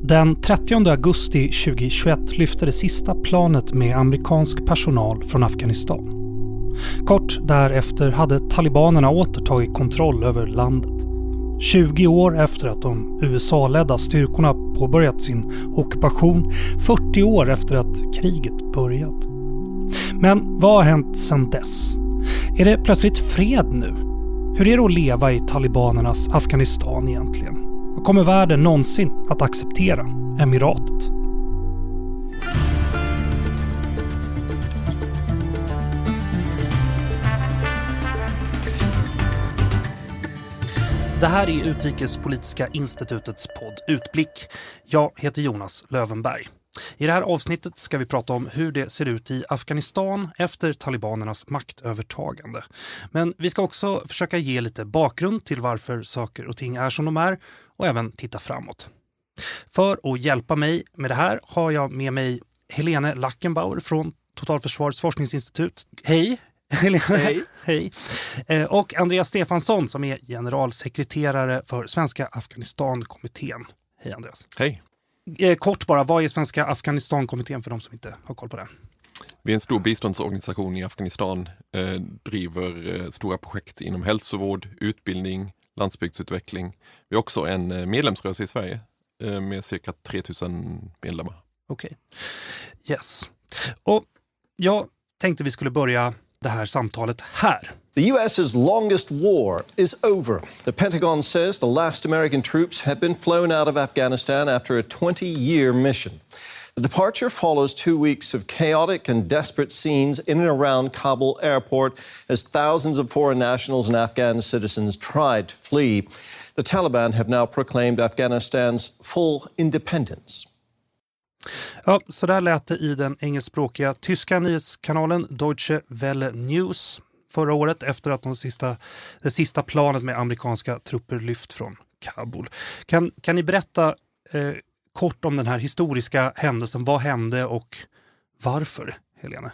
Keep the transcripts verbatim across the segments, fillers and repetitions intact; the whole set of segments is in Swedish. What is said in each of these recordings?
Den trettionde augusti tjugohundratjugoett lyfte det sista planet med amerikansk personal från Afghanistan. Kort därefter hade talibanerna återtagit kontroll över landet. tjugo år efter att de U S A-ledda styrkorna påbörjat sin ockupation, fyrtio år efter att kriget börjat. Men vad har hänt sedan dess? Är det plötsligt fred nu? Hur är det att leva i talibanernas Afghanistan egentligen? Och kommer världen någonsin att acceptera emiratet? Det här är Utrikespolitiska institutets podd Utblick. Jag heter Jonas Lövenberg. I det här avsnittet ska vi prata om hur det ser ut i Afghanistan efter talibanernas maktövertagande. Men vi ska också försöka ge lite bakgrund till varför saker och ting är som de är och även titta framåt. För att hjälpa mig med det här har jag med mig Helene Lackenbauer från Totalförsvarets forskningsinstitut. Hej! Hej. Hej. Och Andreas Stefansson som är generalsekreterare för Svenska Afghanistankommittén. Hej Andreas. Hej. Kort bara, vad är Svenska Afghanistankommittén för de som inte har koll på det? Vi är en stor biståndsorganisation i Afghanistan, eh, driver eh, stora projekt inom hälsovård, utbildning, landsbygdsutveckling. Vi är också en eh, medlemsrörelse i Sverige eh, med cirka tre tusen medlemmar. Okej, okay. Yes. Och jag tänkte vi skulle börja det här samtalet här. The U S's longest war is over. The Pentagon says the last American troops have been flown out of Afghanistan after a twenty-year mission. The departure follows two weeks of chaotic and desperate scenes in and around Kabul airport as thousands of foreign nationals and Afghan citizens tried to flee. The Taliban have now proclaimed Afghanistan's full independence. Ja, så där lät det i den engelskspråkiga tyska nyhetskanalen Deutsche Welle News förra året efter att de sista, det sista planet med amerikanska trupper lyft från Kabul. Kan, kan ni berätta eh, kort om den här historiska händelsen? Vad hände och varför, Helene?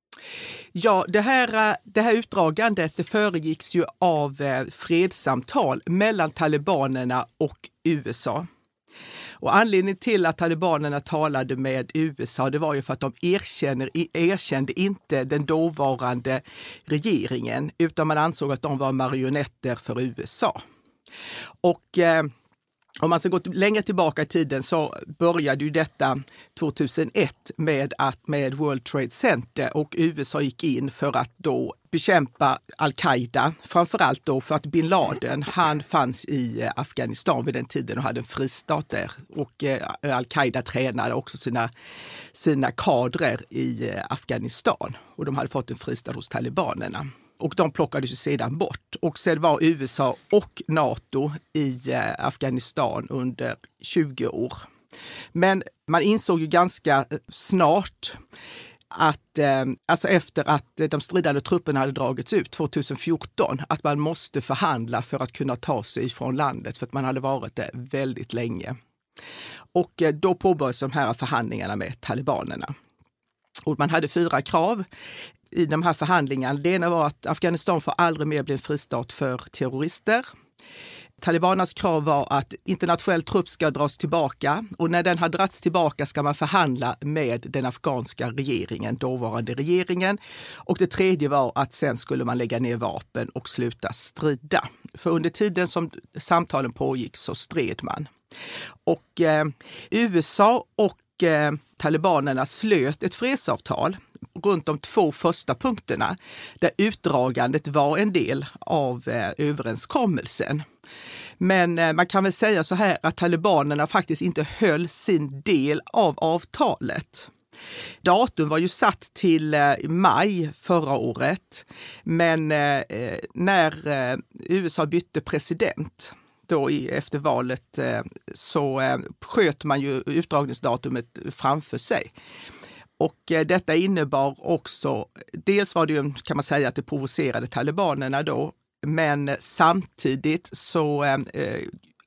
Ja, det här, det här utdragandet det föregicks ju av fredssamtal mellan talibanerna och U S A. Och anledningen till att talibanerna talade med U S A det var ju för att de erkänner, erkände inte den dåvarande regeringen utan man ansåg att de var marionetter för U S A. Och eh, om man ska gå längre tillbaka i tiden så började ju detta tjugohundraett med att med World Trade Center och U S A gick in för att då bekämpa Al-Qaida. Framförallt då för att bin Laden, han fanns i Afghanistan vid den tiden och hade en fristat där. Och eh, Al-Qaida tränade också sina, sina kadrer i eh, Afghanistan. Och de hade fått en fristad hos talibanerna. Och de plockades ju sedan bort. Och sedan var U S A och NATO i eh, Afghanistan under tjugo år. Men man insåg ju ganska snart att eh, alltså efter att de stridande trupperna hade dragits ut tjugohundrafjorton att man måste förhandla för att kunna ta sig från landet för att man hade varit där väldigt länge. Och eh, då påbörjades de här förhandlingarna med talibanerna. Och man hade fyra krav i de här förhandlingarna. Det ena var att Afghanistan får aldrig mer bli en fristat för terrorister. Talibanernas krav var att internationell trupp ska dras tillbaka och när den har dragits tillbaka ska man förhandla med den afghanska regeringen, dåvarande regeringen. Och det tredje var att sen skulle man lägga ner vapen och sluta strida. För under tiden som samtalen pågick så stred man. Och eh, U S A och eh, talibanerna slöt ett fredsavtal runt de två första punkterna där utdragandet var en del av eh, överenskommelsen. Men eh, man kan väl säga så här att talibanerna faktiskt inte höll sin del av avtalet. Datum var ju satt till eh, maj förra året, men eh, när eh, U S A bytte president då i, efter valet eh, så eh, sköt man ju utdragningsdatumet framför sig. Och eh, detta innebar också, dels var det ju, kan man säga att det provocerade talibanerna då, men samtidigt så eh,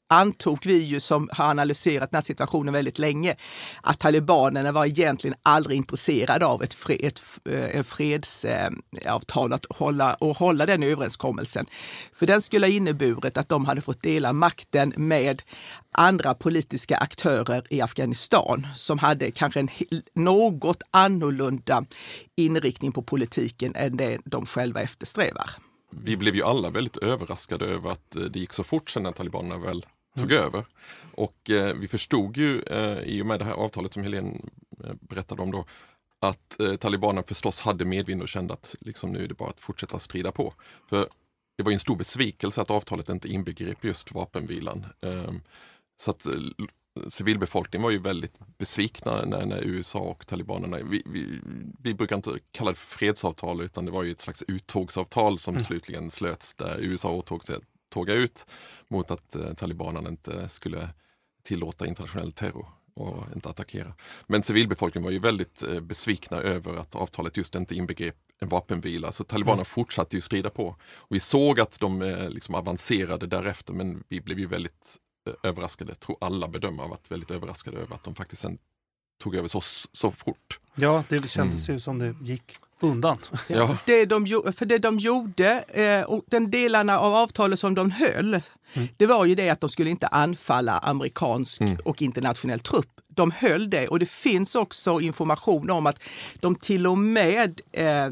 antog vi ju, som har analyserat den här situationen väldigt länge, att talibanerna var egentligen aldrig intresserade av ett, fred, ett, ett fredsavtal att hålla, och hålla den överenskommelsen. För den skulle ha inneburit att de hade fått dela makten med andra politiska aktörer i Afghanistan som hade kanske en något annorlunda inriktning på politiken än det de själva eftersträvar. Vi blev ju alla väldigt överraskade över att det gick så fort sedan när talibanerna väl tog mm. över. Och eh, vi förstod ju eh, i och med det här avtalet som Helene eh, berättade om då, att eh, talibanerna förstås hade medvind och kände att liksom, nu är det bara att fortsätta strida på. För det var ju en stor besvikelse att avtalet inte inbegrep just vapenvilan. Eh, så att eh, civilbefolkningen var ju väldigt besvikna när, när U S A och talibanerna, vi, vi, vi brukar inte kalla det för fredsavtal, utan det var ju ett slags uttågsavtal som mm. slutligen slöts där U S A åtog sig att tåga ut mot att eh, talibanerna inte skulle tillåta internationell terror och inte attackera. Men civilbefolkningen var ju väldigt eh, besvikna över att avtalet just inte inbegrep en vapenvila, så talibanerna mm. fortsatte ju strida på. Och vi såg att de eh, liksom avancerade därefter, men vi blev ju väldigt överraskade, jag tror alla bedömare varit väldigt överraskade över att de faktiskt sen tog över så, så fort. Ja, det kändes mm. ju som det gick undan. Ja. Det de, för det de gjorde och den delarna av avtalet som de höll, mm. det var ju det att de skulle inte anfalla amerikansk mm. och internationell trupp. De höll det, och det finns också information om att de till och med eh,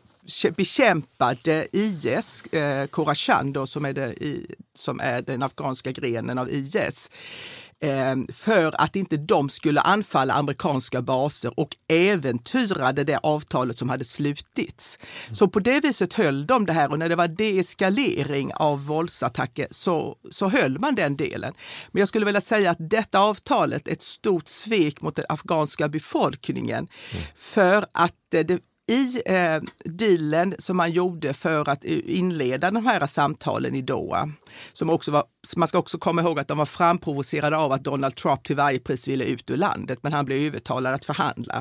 bekämpade I S, eh, Khorasan då, som är, det, i, som är den afghanska grenen av I S, eh, för att inte de skulle anfalla amerikanska baser och äventyrade det avtalet som hade slutits. Mm. Så på det viset höll de det här, och när det var deeskalering av våldsattacker så, så höll man den delen. Men jag skulle vilja säga att detta avtalet är ett stort svek mot den afghanska befolkningen mm. för att det i eh, dealen som man gjorde för att inleda de här samtalen i Doha, som också var, man ska också komma ihåg att de var framprovocerade av att Donald Trump till varje pris ville ut ur landet, men han blev övertalad att förhandla.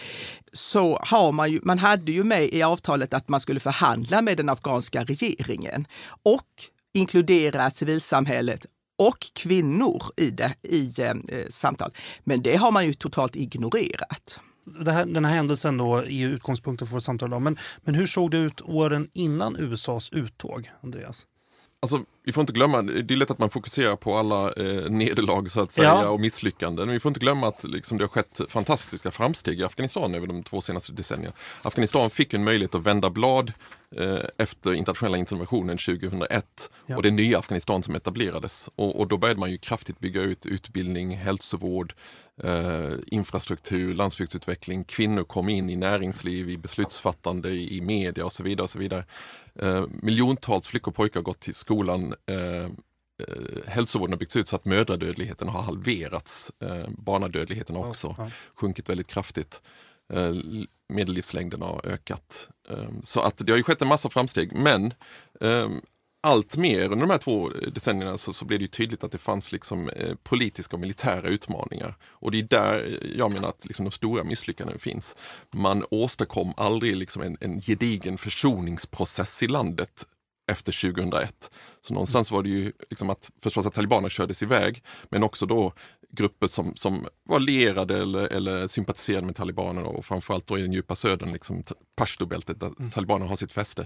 Så har man ju, man hade ju med i avtalet att man skulle förhandla med den afghanska regeringen och inkludera civilsamhället och kvinnor i, det, i eh, samtal. Men det har man ju totalt ignorerat. Det här, den här händelsen då är ju utgångspunkten för vårt samtal idag. Men, men hur såg det ut åren innan U S A:s uttåg, Andreas? Alltså, vi får inte glömma, det är lätt att man fokuserar på alla eh, nederlag så att säga ja. och misslyckanden. Men vi får inte glömma att liksom, det har skett fantastiska framsteg i Afghanistan över de två senaste decennierna. Afghanistan fick en möjlighet att vända blad eh, efter internationella interventionen tjugohundraett ja. och det nya Afghanistan som etablerades. Och, och då började man ju kraftigt bygga ut utbildning, hälsovård, eh, infrastruktur, landsbygdsutveckling. Kvinnor kom in i näringsliv, i beslutsfattande, i, i media och så vidare och så vidare. Eh, miljontals flickor och pojkar har gått till skolan. Eh, eh, hälsovården har byggts ut så att mödradödligheten har halverats. Eh, barnadödligheten har också ja, ja. sjunkit väldigt kraftigt. Eh, medellivslängden har ökat. Eh, så att det har ju skett en massa framsteg. Men eh, allt mer under de här två decennierna så, så blev det ju tydligt att det fanns liksom, eh, politiska och militära utmaningar. Och det är där jag menar att liksom, de stora misslyckandena finns. Man åstadkom aldrig liksom, en, en gedigen försoningsprocess i landet efter tjugohundraett. Så någonstans var det ju liksom att förstås att talibanerna kördes iväg, men också då grupper som, som var lierade eller, eller sympatiserade med talibanerna, och framförallt då i den djupa södern, liksom Pashtubältet där mm. talibanerna har sitt fäste.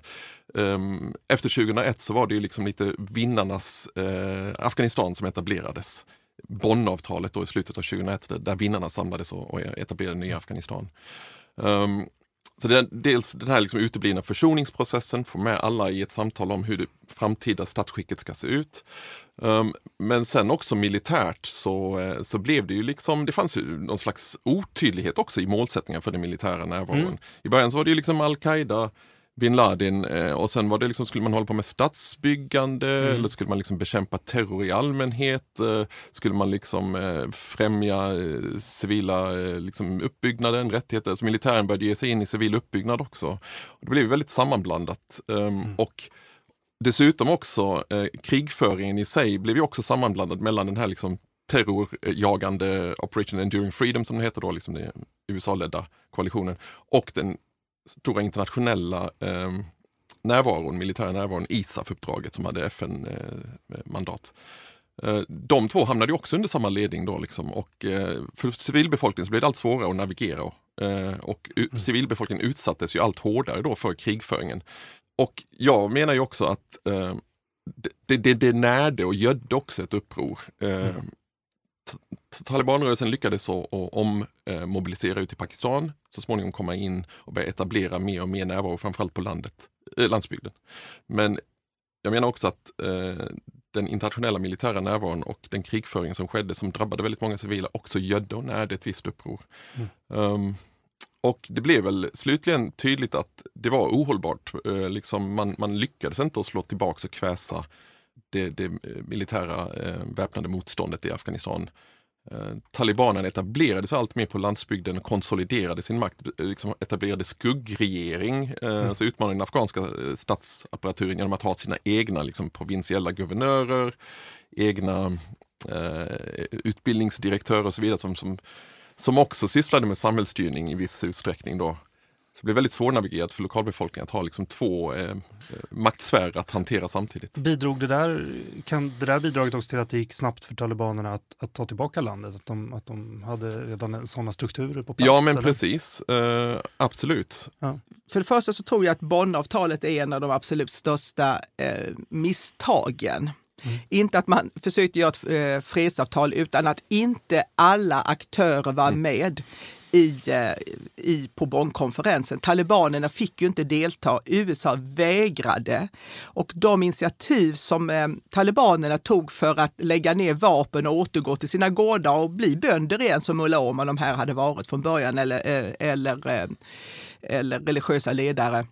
Um, efter tjugohundraett så var det ju liksom lite vinnarnas uh, Afghanistan som etablerades. Bonnavtalet då i slutet av tjugohundraett där vinnarna samlades och, och etablerade nya Afghanistan. Um, Så det är dels den här liksom uteblivna försoningsprocessen, få med alla i ett samtal om hur det framtida statsskicket ska se ut. Um, men sen också militärt så, så blev det ju liksom, det fanns ju någon slags otydlighet också i målsättningar för den militära närvaron. Mm. I början så var det ju liksom Al-Qaida, Bin Laden, eh, och sen var det liksom, skulle man hålla på med stadsbyggande mm. eller skulle man liksom bekämpa terror i allmänhet, eh, skulle man liksom eh, främja eh, civila eh, liksom uppbyggnaden, rättigheter, så militären började ge sig in i civil uppbyggnad också. Och det blev väldigt sammanblandat um, mm. och dessutom också eh, krigföringen i sig blev ju också sammanblandad mellan den här liksom terrorjagande Operation Enduring Freedom som det heter då, liksom den U S A-ledda koalitionen, och den stora internationella eh, närvaron, militära närvaron, I S A F-uppdraget som hade F N-mandat. De två hamnade ju också under samma ledning då liksom, och för civilbefolkningen så blev det allt svårare att navigera och civilbefolkningen utsattes ju allt hårdare då för krigföringen. Och jag menar ju också att det, det, det närde och gödde också ett uppror. Mm. Talibanrörelsen lyckades så ommobilisera ut i Pakistan, så småningom komma in och börja etablera mer och mer närvaro, framförallt på landet, äh, landsbygden. Men jag menar också att eh, den internationella militära närvaron och den krigföring som skedde, som drabbade väldigt många civila, också gödde och närde ett visst uppror. Mm. Um, och det blev väl slutligen tydligt att det var ohållbart. Uh, liksom man, man lyckades inte att slå tillbaka och kväsa det, det militära uh, väpnade motståndet i Afghanistan. Uh, Talibanerna etablerade sig allt mer på landsbygden och konsoliderade sin makt, liksom etablerade skuggregering, uh, mm. alltså utmanade den afghanska statsapparaturen genom att ha sina egna liksom, provinsiella guvernörer, egna uh, utbildningsdirektörer och så vidare som, som, som också sysslade med samhällsstyrning i viss utsträckning då. Så det blev väldigt svårnavigerat för lokalbefolkningen att ha liksom två eh, maktsfärer att hantera samtidigt. Bidrog det där, kan det där bidraget också till att det gick snabbt för talibanerna att, att ta tillbaka landet? Att de, att de hade redan sådana strukturer på plats? Ja, men eller? precis. Eh, absolut. Ja. För det första så tror jag att Bonnavtalet är en av de absolut största eh, misstagen. Mm. Inte att man försökte göra ett eh, fredsavtal, utan att inte alla aktörer var mm. med i, i, på Bonnkonferensen. Talibanerna fick ju inte delta. U S A vägrade. Och de initiativ som eh, talibanerna tog för att lägga ner vapen och återgå till sina gårdar och bli bönder igen, som Mullah Omar de här hade varit från början, eller, eh, eller, eh, eller religiösa ledare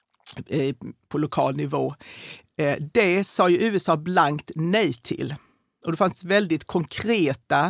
eh, på lokal nivå. Eh, det sa ju U S A blankt nej till. Och det fanns väldigt konkreta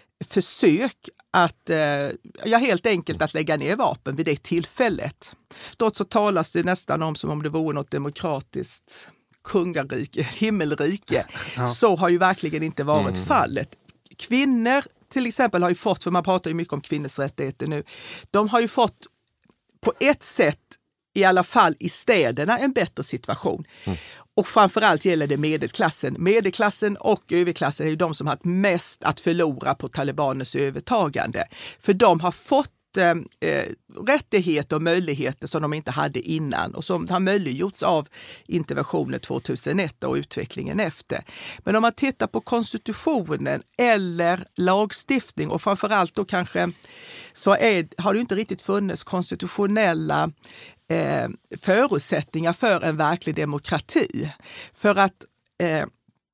försök att, eh, ja, helt enkelt att lägga ner vapen vid det tillfället. Då så talas det nästan om som om det vore något demokratiskt kungarike, himmelrike. Ja. Så har ju verkligen inte varit mm. fallet. Kvinnor till exempel har ju fått, för man pratar ju mycket om kvinnors rättigheter nu, de har ju fått på ett sätt i alla fall i städerna en bättre situation. Mm. Och framförallt gäller det medelklassen. Medelklassen och överklassen är ju de som har haft mest att förlora på talibaners övertagande. För de har fått eh, rättigheter och möjligheter som de inte hade innan och som har möjliggjorts av interventionen tvåtusenett och utvecklingen efter. Men om man tittar på konstitutionen eller lagstiftning, och framförallt då kanske så är, har det inte riktigt funnits konstitutionella Eh, förutsättningar för en verklig demokrati. För att eh,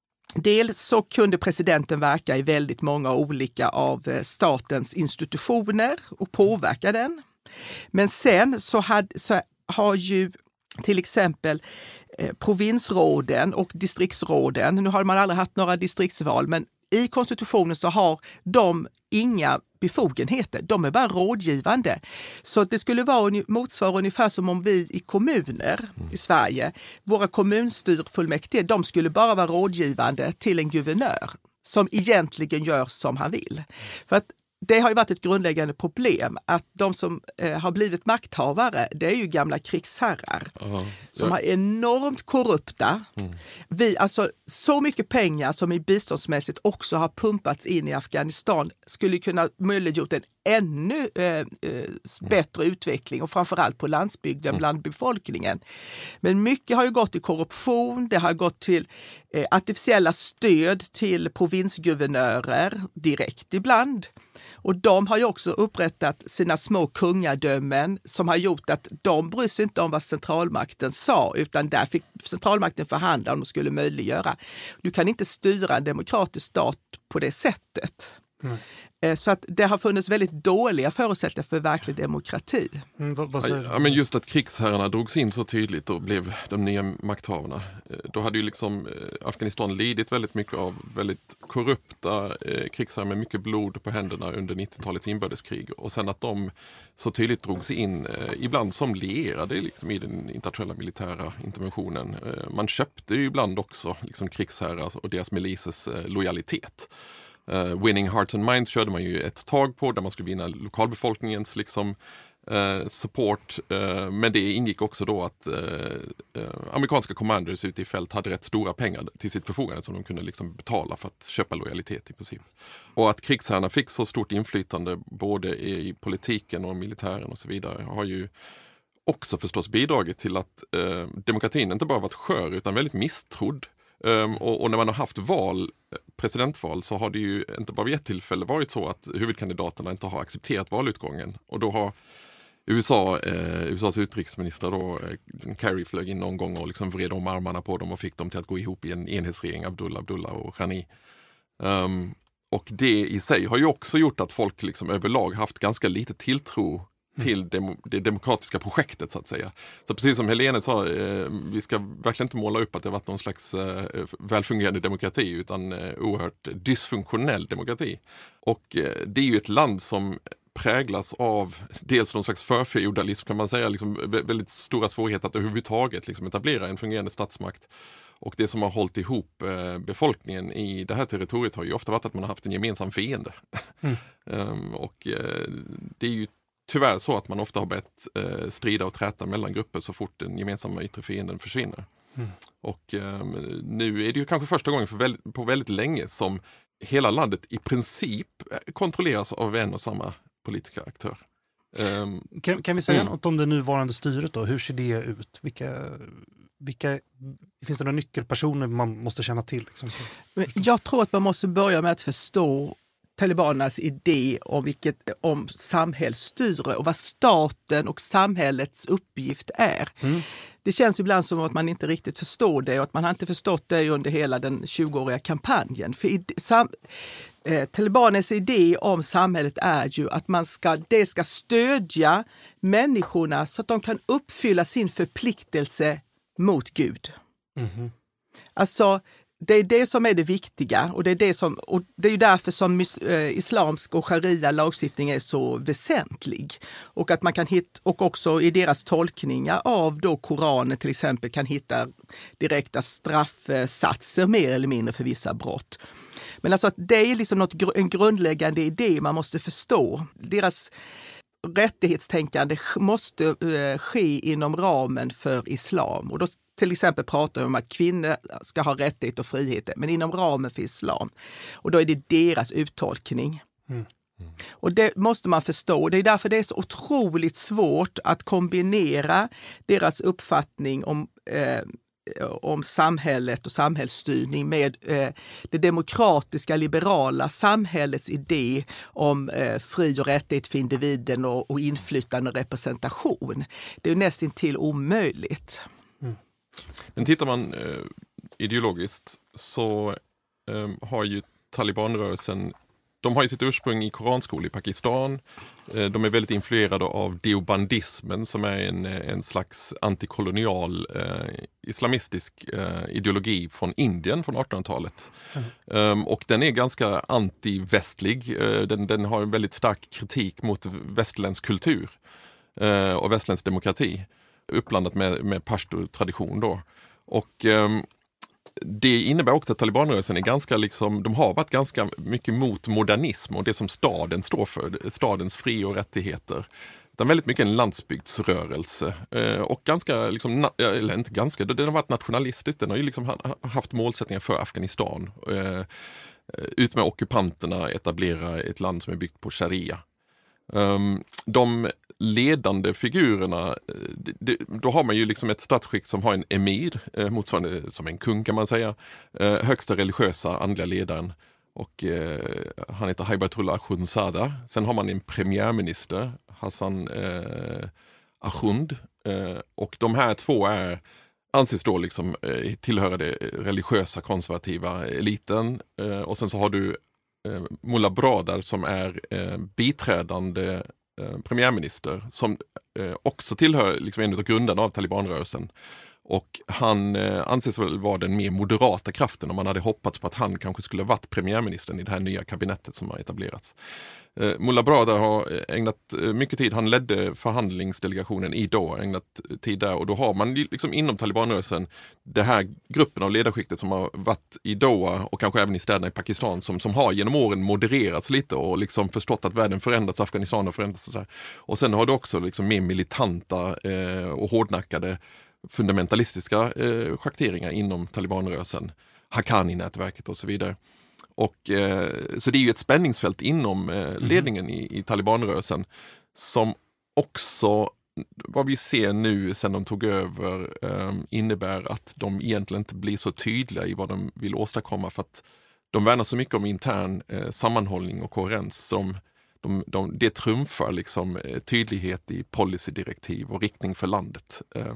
dels så kunde presidenten verka i väldigt många olika av eh, statens institutioner och påverka den. Men sen så, had, så har ju till exempel eh, provinsråden och distriktsråden, nu har man aldrig haft några distriktsval, men i konstitutionen så har de inga befogenheter. De är bara rådgivande. Så det skulle vara motsvara ungefär som om vi i kommuner mm. i Sverige, våra kommunstyrfullmäktige, de skulle bara vara rådgivande till en guvernör som egentligen gör som han vill. För att det har ju varit ett grundläggande problem att de som eh, har blivit makthavare, det är ju gamla krigsherrar uh-huh. som ja. har enormt korrupta. Mm. Vi, alltså så mycket pengar som i biståndsmässigt också har pumpats in i Afghanistan skulle kunna möjliggjort en ännu eh, eh, bättre mm. utveckling och framförallt på landsbygden mm. bland befolkningen. Men mycket har ju gått till korruption, det har gått till eh, artificiella stöd till provinsguvernörer direkt ibland. Och de har ju också upprättat sina små kungadömen som har gjort att de bryr sig inte om vad centralmakten sa, utan där fick centralmakten förhandla om de skulle möjliggöra. Du kan inte styra en demokratisk stat på det sättet. Mm. Så att det har funnits väldigt dåliga förutsättningar för verklig demokrati. Mm, vad, vad ja, men just att krigsherrarna drogs in så tydligt och blev de nya makthavarna. Då hade ju liksom Afghanistan lidit väldigt mycket av väldigt korrupta eh, krigsherrar med mycket blod på händerna under nittiotalets inbördeskrig. Och sen att de så tydligt drogs in, eh, ibland som lierade liksom, i den internationella militära interventionen. Eh, man köpte ju ibland också liksom, krigsherrar och deras milisers eh, lojalitet. Uh, Winning Hearts and Minds körde man ju ett tag på där man skulle vinna lokalbefolkningens liksom, eh, support. Eh, men det ingick också då att eh, eh, amerikanska commanders ute i fält hade rätt stora pengar till sitt förfogande som de kunde liksom betala för att köpa lojalitet i princip. Och att krigsherrarna fick så stort inflytande både i politiken och militären och så vidare har ju också förstås bidragit till att eh, demokratin inte bara varit skör utan väldigt misstrodd. Um, och, och när man har haft val, presidentval, så har det ju inte bara vid ett tillfälle varit så att huvudkandidaterna inte har accepterat valutgången. Och då har U S A, eh, U S A:s utrikesminister då, eh, Kerry flög in någon gång och liksom vred om armarna på dem och fick dem till att gå ihop i en enhetsregering, Abdullah, Abdullah och Ghani. Um, och det i sig har ju också gjort att folk liksom överlag haft ganska lite tilltro till dem, det demokratiska projektet så att säga. Så precis som Helene sa, eh, vi ska verkligen inte måla upp att det varit någon slags eh, välfungerande demokrati utan eh, oerhört dysfunktionell demokrati. Och eh, det är ju ett land som präglas av dels någon slags förfeudalism kan man säga, liksom väldigt stora svårigheter att överhuvudtaget liksom etablera en fungerande statsmakt. Och det som har hållit ihop eh, befolkningen i det här territoriet har ju ofta varit att man har haft en gemensam fiende. Mm. um, och eh, det är ju tyvärr så att man ofta har börjat eh, strida och träta mellan grupper så fort den gemensamma yttre fienden försvinner. Mm. Och eh, nu är det ju kanske första gången för väldigt, på väldigt länge som hela landet i princip kontrolleras av en och samma politiska aktör. Um, kan, kan vi säga mm. något om det nuvarande styret då? Hur ser det ut? Vilka, vilka, finns det några nyckelpersoner man måste känna till? Liksom? Jag tror att man måste börja med att förstå talibanernas idé om, vilket, om samhällsstyre och vad staten och samhällets uppgift är. Mm. Det känns ibland som att man inte riktigt förstår det och att man har inte förstått det under hela den tjugoåriga kampanjen. För i, sam, eh, talibanernas idé om samhället är ju att man ska, det ska stödja människorna så att de kan uppfylla sin förpliktelse mot Gud. Mm. Alltså det är det som är det viktiga och det är, det som, och det är ju därför som islamsk och sharia lagstiftning är så väsentlig. Och att man kan hitta, och också i deras tolkningar av då Koranen till exempel kan hitta direkta straffsatser mer eller mindre för vissa brott. Men alltså att det är liksom något, en grundläggande idé man måste förstå. Deras rättighetstänkande måste ske inom ramen för islam och då till exempel pratar vi om att kvinnor ska ha rättighet och frihet, men inom ramen för islam. Och då är det deras uttolkning. Mm. Mm. Och det måste man förstå. Det är därför det är så otroligt svårt att kombinera deras uppfattning om, eh, om samhället och samhällsstyrning med eh, det demokratiska, liberala samhällets idé om eh, fri och rättighet för individen och, och inflytande och representation. Det är nästan till omöjligt. Mm. Men tittar man eh, ideologiskt så eh, har ju talibanrörelsen, de har ju sitt ursprung i koranskolor i Pakistan. Eh, de är väldigt influerade av deobandismen som är en, en slags antikolonial eh, islamistisk eh, ideologi från Indien från artonhundratalet. Mm. Um, och den är ganska antivästlig. Uh, den, den har en väldigt stark kritik mot västerländsk kultur uh, och västerländsk demokrati. Uppblandat med, med pashto-tradition då. Och um, det innebär också att talibanrörelsen är ganska liksom, de har varit ganska mycket mot modernism och det som staden står för, stadens fri- och rättigheter. Det är väldigt mycket en landsbygdsrörelse uh, och ganska, liksom, na- eller inte ganska, den har varit nationalistisk, den har ju liksom haft målsättningar för Afghanistan. Uh, ut med ockupanterna, etablera ett land som är byggt på sharia. Um, de ledande figurerna, det, då har man ju liksom ett statsskick som har en emir, eh, motsvarande som en kung kan man säga, eh, högsta religiösa andliga ledaren och eh, han heter Haibatullah Akhundzada. Sen har man en premiärminister, Hassan eh, Akhund, eh, och de här två är anses då liksom eh, tillhöra det religiösa konservativa eliten eh, och sen så har du eh, Mullah Bradar som är eh, biträdande premiärminister som eh, också tillhör liksom en av grundarna av talibanrörelsen. Och han eh, anses väl vara den mer moderata kraften, om man hade hoppats på att han kanske skulle ha varit premiärministern i det här nya kabinettet som har etablerats. Eh, Mullah Baradar har ägnat mycket tid, han ledde förhandlingsdelegationen i Doha, ägnat tid där, och då har man liksom inom talibanrörelsen det här gruppen av ledarskiktet som har varit i Doha och kanske även i städerna i Pakistan som, som har genom åren modererats lite och liksom förstått att världen förändrats, Afghanistan har förändrats och så här. Och sen har det också liksom mer militanta eh, och hårdnackade fundamentalistiska eh, schakteringar inom talibanrörelsen, Haqqani-nätverket och så vidare. Och, eh, så det är ju ett spänningsfält inom eh, ledningen mm. i, i talibanrörelsen som också, vad vi ser nu sedan de tog över, eh, innebär att de egentligen inte blir så tydliga i vad de vill åstadkomma, för att de värnar så mycket om intern eh, sammanhållning och koherens som de, de, det trumfar liksom, eh, tydlighet i policydirektiv och riktning för landet. Eh,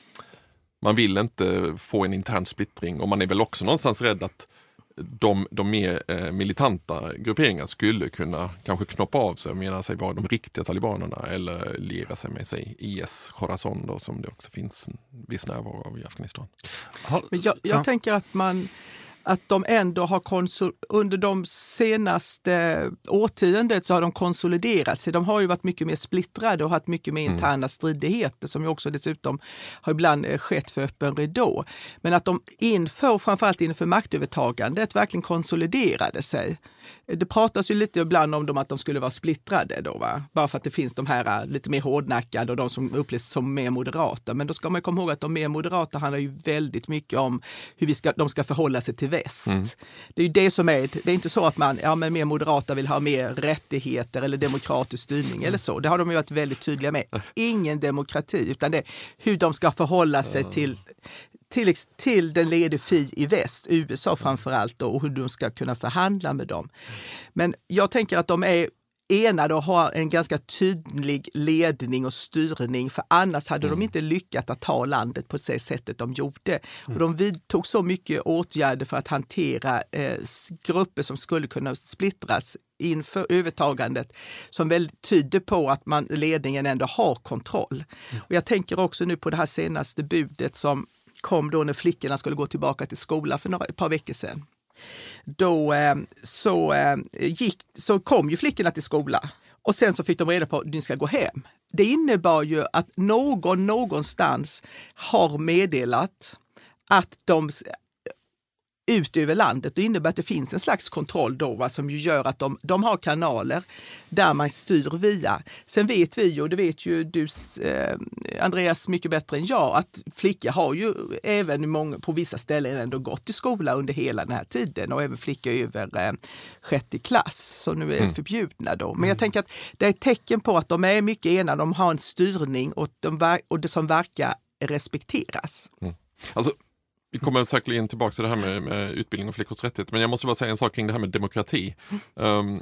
man vill inte få en intern splittring, och man är väl också någonstans rädd att de, de mer eh, militanta grupperingar skulle kunna kanske knoppa av sig och mena sig vara de riktiga talibanerna eller liera sig med sig I S, Khorasan då, som det också finns en viss närvaro av i Afghanistan. Men jag, jag ja. tänker att man att de ändå har konsol- under de senaste årtiondet så har de konsoliderat sig. De har ju varit mycket mer splittrade och haft mycket mer interna mm. stridigheter som ju också dessutom har ibland skett för öppen ridå. Men att de inför, framförallt inför maktövertagandet, verkligen konsoliderade sig. Det pratas ju lite ibland om dem att de skulle vara splittrade då, va? Bara för att det finns de här lite mer hårdnackade och de som upplevs som mer moderata. Men då ska man komma ihåg att de mer moderata handlar ju väldigt mycket om hur vi ska, de ska förhålla sig till väst. Mm. Det är ju det som är, det är inte så att man, ja, men mer moderata vill ha mer rättigheter eller demokratisk styrning mm. eller så. Det har de ju varit väldigt tydliga med. Ingen demokrati, utan det är hur de ska förhålla sig mm. till Till, till den lede fi i väst, U S A framförallt, och hur de ska kunna förhandla med dem. Men jag tänker att de är enade och har en ganska tydlig ledning och styrning, för annars hade mm. de inte lyckats att ta landet på det sättet de gjorde. Mm. Och de vidtog så mycket åtgärder för att hantera eh, grupper som skulle kunna splittras inför övertagandet, som väl tyder på att man, ledningen ändå har kontroll. Mm. Och jag tänker också nu på det här senaste budet som kom då när flickorna skulle gå tillbaka till skolan för några, ett par veckor sedan. Då eh, så, eh, gick, så kom ju flickorna till skolan och sen så fick de reda på att de ska gå hem. Det innebar ju att någon någonstans har meddelat att de ut över landet. Det innebär att det finns en slags kontroll då, va, som ju gör att de, de har kanaler där man styr via. Sen vet vi ju, och det vet ju du eh, Andreas mycket bättre än jag, att flickor har ju även många, på vissa ställen ändå gått i skola under hela den här tiden, och även flickor över eh, sjätte klass som nu är mm. förbjudna då. Men jag tänker att det är ett tecken på att de är mycket enade, de har en styrning och, de, och det som verkar respekteras. Mm. Alltså vi kommer säkert tillbaka till det här med, med utbildning och flickors rättigheter, men jag måste bara säga en sak kring det här med demokrati. Um,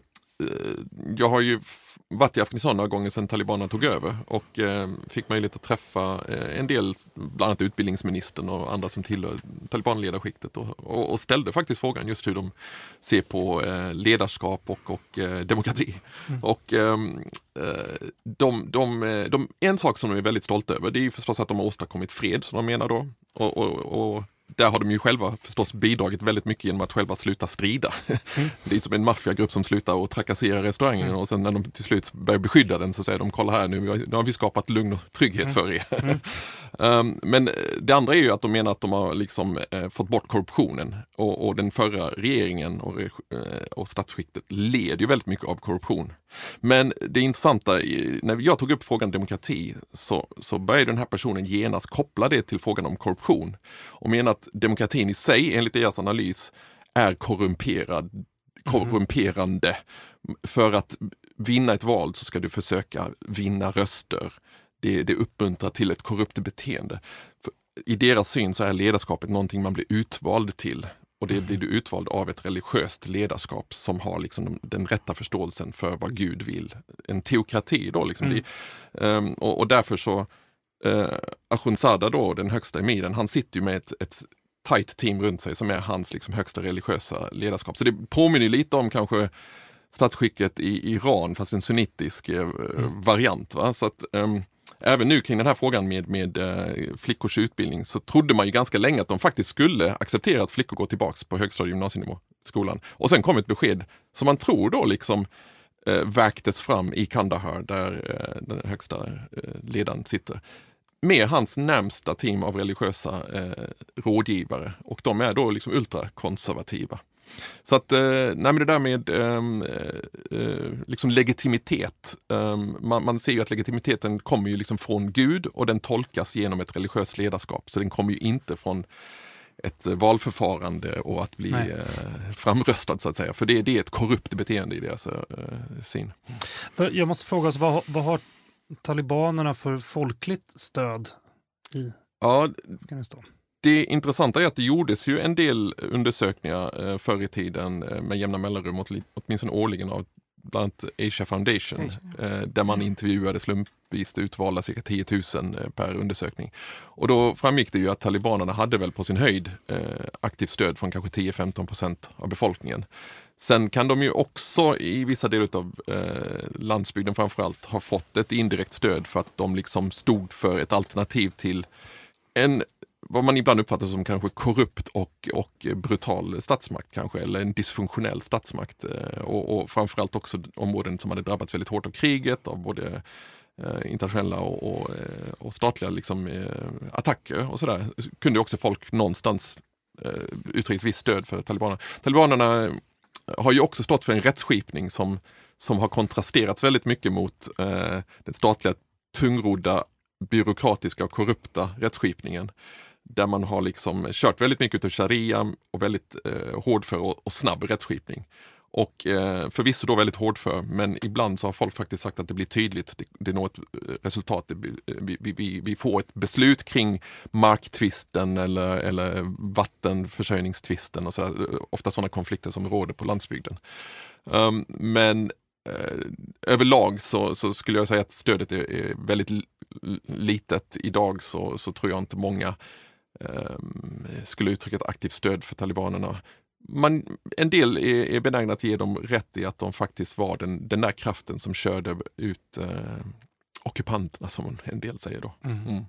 jag har ju varit i Afghanistan några gånger sedan talibanerna tog över och eh, fick möjlighet att träffa eh, en del, bland annat utbildningsministern och andra som tillhör talibanledarskiktet, och, och, och ställde faktiskt frågan just hur de ser på eh, ledarskap och, och eh, demokrati. Mm. Och ehm, eh, de, de, de, en sak som de är väldigt stolta över, det är ju förstås att de har åstadkommit fred, som de menar då, och, och, och där har de ju själva förstås bidragit väldigt mycket genom att själva sluta strida. Mm. Det är som en maffiagrupp som slutar och trakassera restaurangen mm. och sen när de till slut börjar beskydda den så säger de, kolla här nu, nu har vi skapat lugn och trygghet mm. för er. Mm. um, men det andra är ju att de menar att de har liksom eh, fått bort korruptionen, och, och den förra regeringen och, eh, och statsskiktet led ju väldigt mycket av korruption. Men det intressanta, när jag tog upp frågan demokrati så, så började den här personen genast koppla det till frågan om korruption och menar att demokratin i sig, enligt deras analys, är korrumperad, korrumperande. För att vinna ett val så ska du försöka vinna röster. Det, det uppmuntrar till ett korrupt beteende. För i deras syn så är ledarskapet någonting man blir utvald till. Och det blir du utvald av ett religiöst ledarskap som har liksom den, den rätta förståelsen för vad Gud vill. En teokrati då liksom. Mm. Det, um, och, och därför så uh, Akhundzada då, den högsta emiren, han sitter ju med ett, ett tight team runt sig som är hans liksom högsta religiösa ledarskap. Så det påminner lite om kanske statsskicket i Iran, fast en sunnitisk uh, mm. variant. Va? Så att um, även nu kring den här frågan med, med eh, flickors utbildning så trodde man ju ganska länge att de faktiskt skulle acceptera att flickor går tillbaks på högstadie- och gymnasienivå i skolan. Och sen kom ett besked som man tror då liksom eh, verktes fram i Kandahar där eh, den högsta eh, ledaren sitter. Med hans närmsta team av religiösa eh, rådgivare och de är då liksom ultrakonservativa. Så att, eh, nej men det där med eh, eh, liksom legitimitet, eh, man, man ser ju att legitimiteten kommer ju liksom från Gud och den tolkas genom ett religiöst ledarskap. Så den kommer ju inte från ett valförfarande och att bli eh, framröstad så att säga. För det, det är ett korrupt beteende i deras eh, syn. Jag måste fråga oss, vad, vad har talibanerna för folkligt stöd i ja, Afghanistan? Det intressanta är att det gjordes ju en del undersökningar eh, förr i tiden eh, med jämna mellanrum, åt, åtminstone årligen av bland annat Asia Foundation, eh, där man intervjuade slumpvis utvalda cirka tio tusen eh, per undersökning. Och då framgick det ju att talibanerna hade väl på sin höjd eh, aktivt stöd från kanske tio till femton procent av befolkningen. Sen kan de ju också i vissa delar av eh, landsbygden framförallt ha fått ett indirekt stöd för att de liksom stod för ett alternativ till en, vad man ibland uppfattar som kanske korrupt och, och brutal statsmakt kanske, eller en dysfunktionell statsmakt. Eh, och, och framförallt också områden som hade drabbats väldigt hårt av kriget, av både eh, internationella och, och, och statliga liksom, eh, attacker och sådär. Kunde också folk någonstans eh, uttrycka ett visst stöd för talibanerna. Talibanerna har ju också stått för en rättsskipning som, som har kontrasterats väldigt mycket mot eh, den statliga tungrodda, byråkratiska och korrupta rättsskipningen. Där man har liksom kört väldigt mycket av sharia och väldigt eh, hård för och, och snabb rättsskipning. Och eh, förvisso då väldigt hård för, men ibland så har folk faktiskt sagt att det blir tydligt, det, det är något resultat, det, vi, vi, vi får ett beslut kring marktvisten eller, eller vattenförsörjningstvisten och sådär, ofta sådana konflikter som råder på landsbygden. Um, men eh, överlag så, så skulle jag säga att stödet är, är väldigt litet. Idag så, så tror jag inte många eh, skulle uttrycka ett aktivt stöd för talibanerna. Man, en del är, är benägna att ge dem rätt i att de faktiskt var den, den där kraften som körde ut eh, ockupanterna, som en del säger då. Mm. Mm.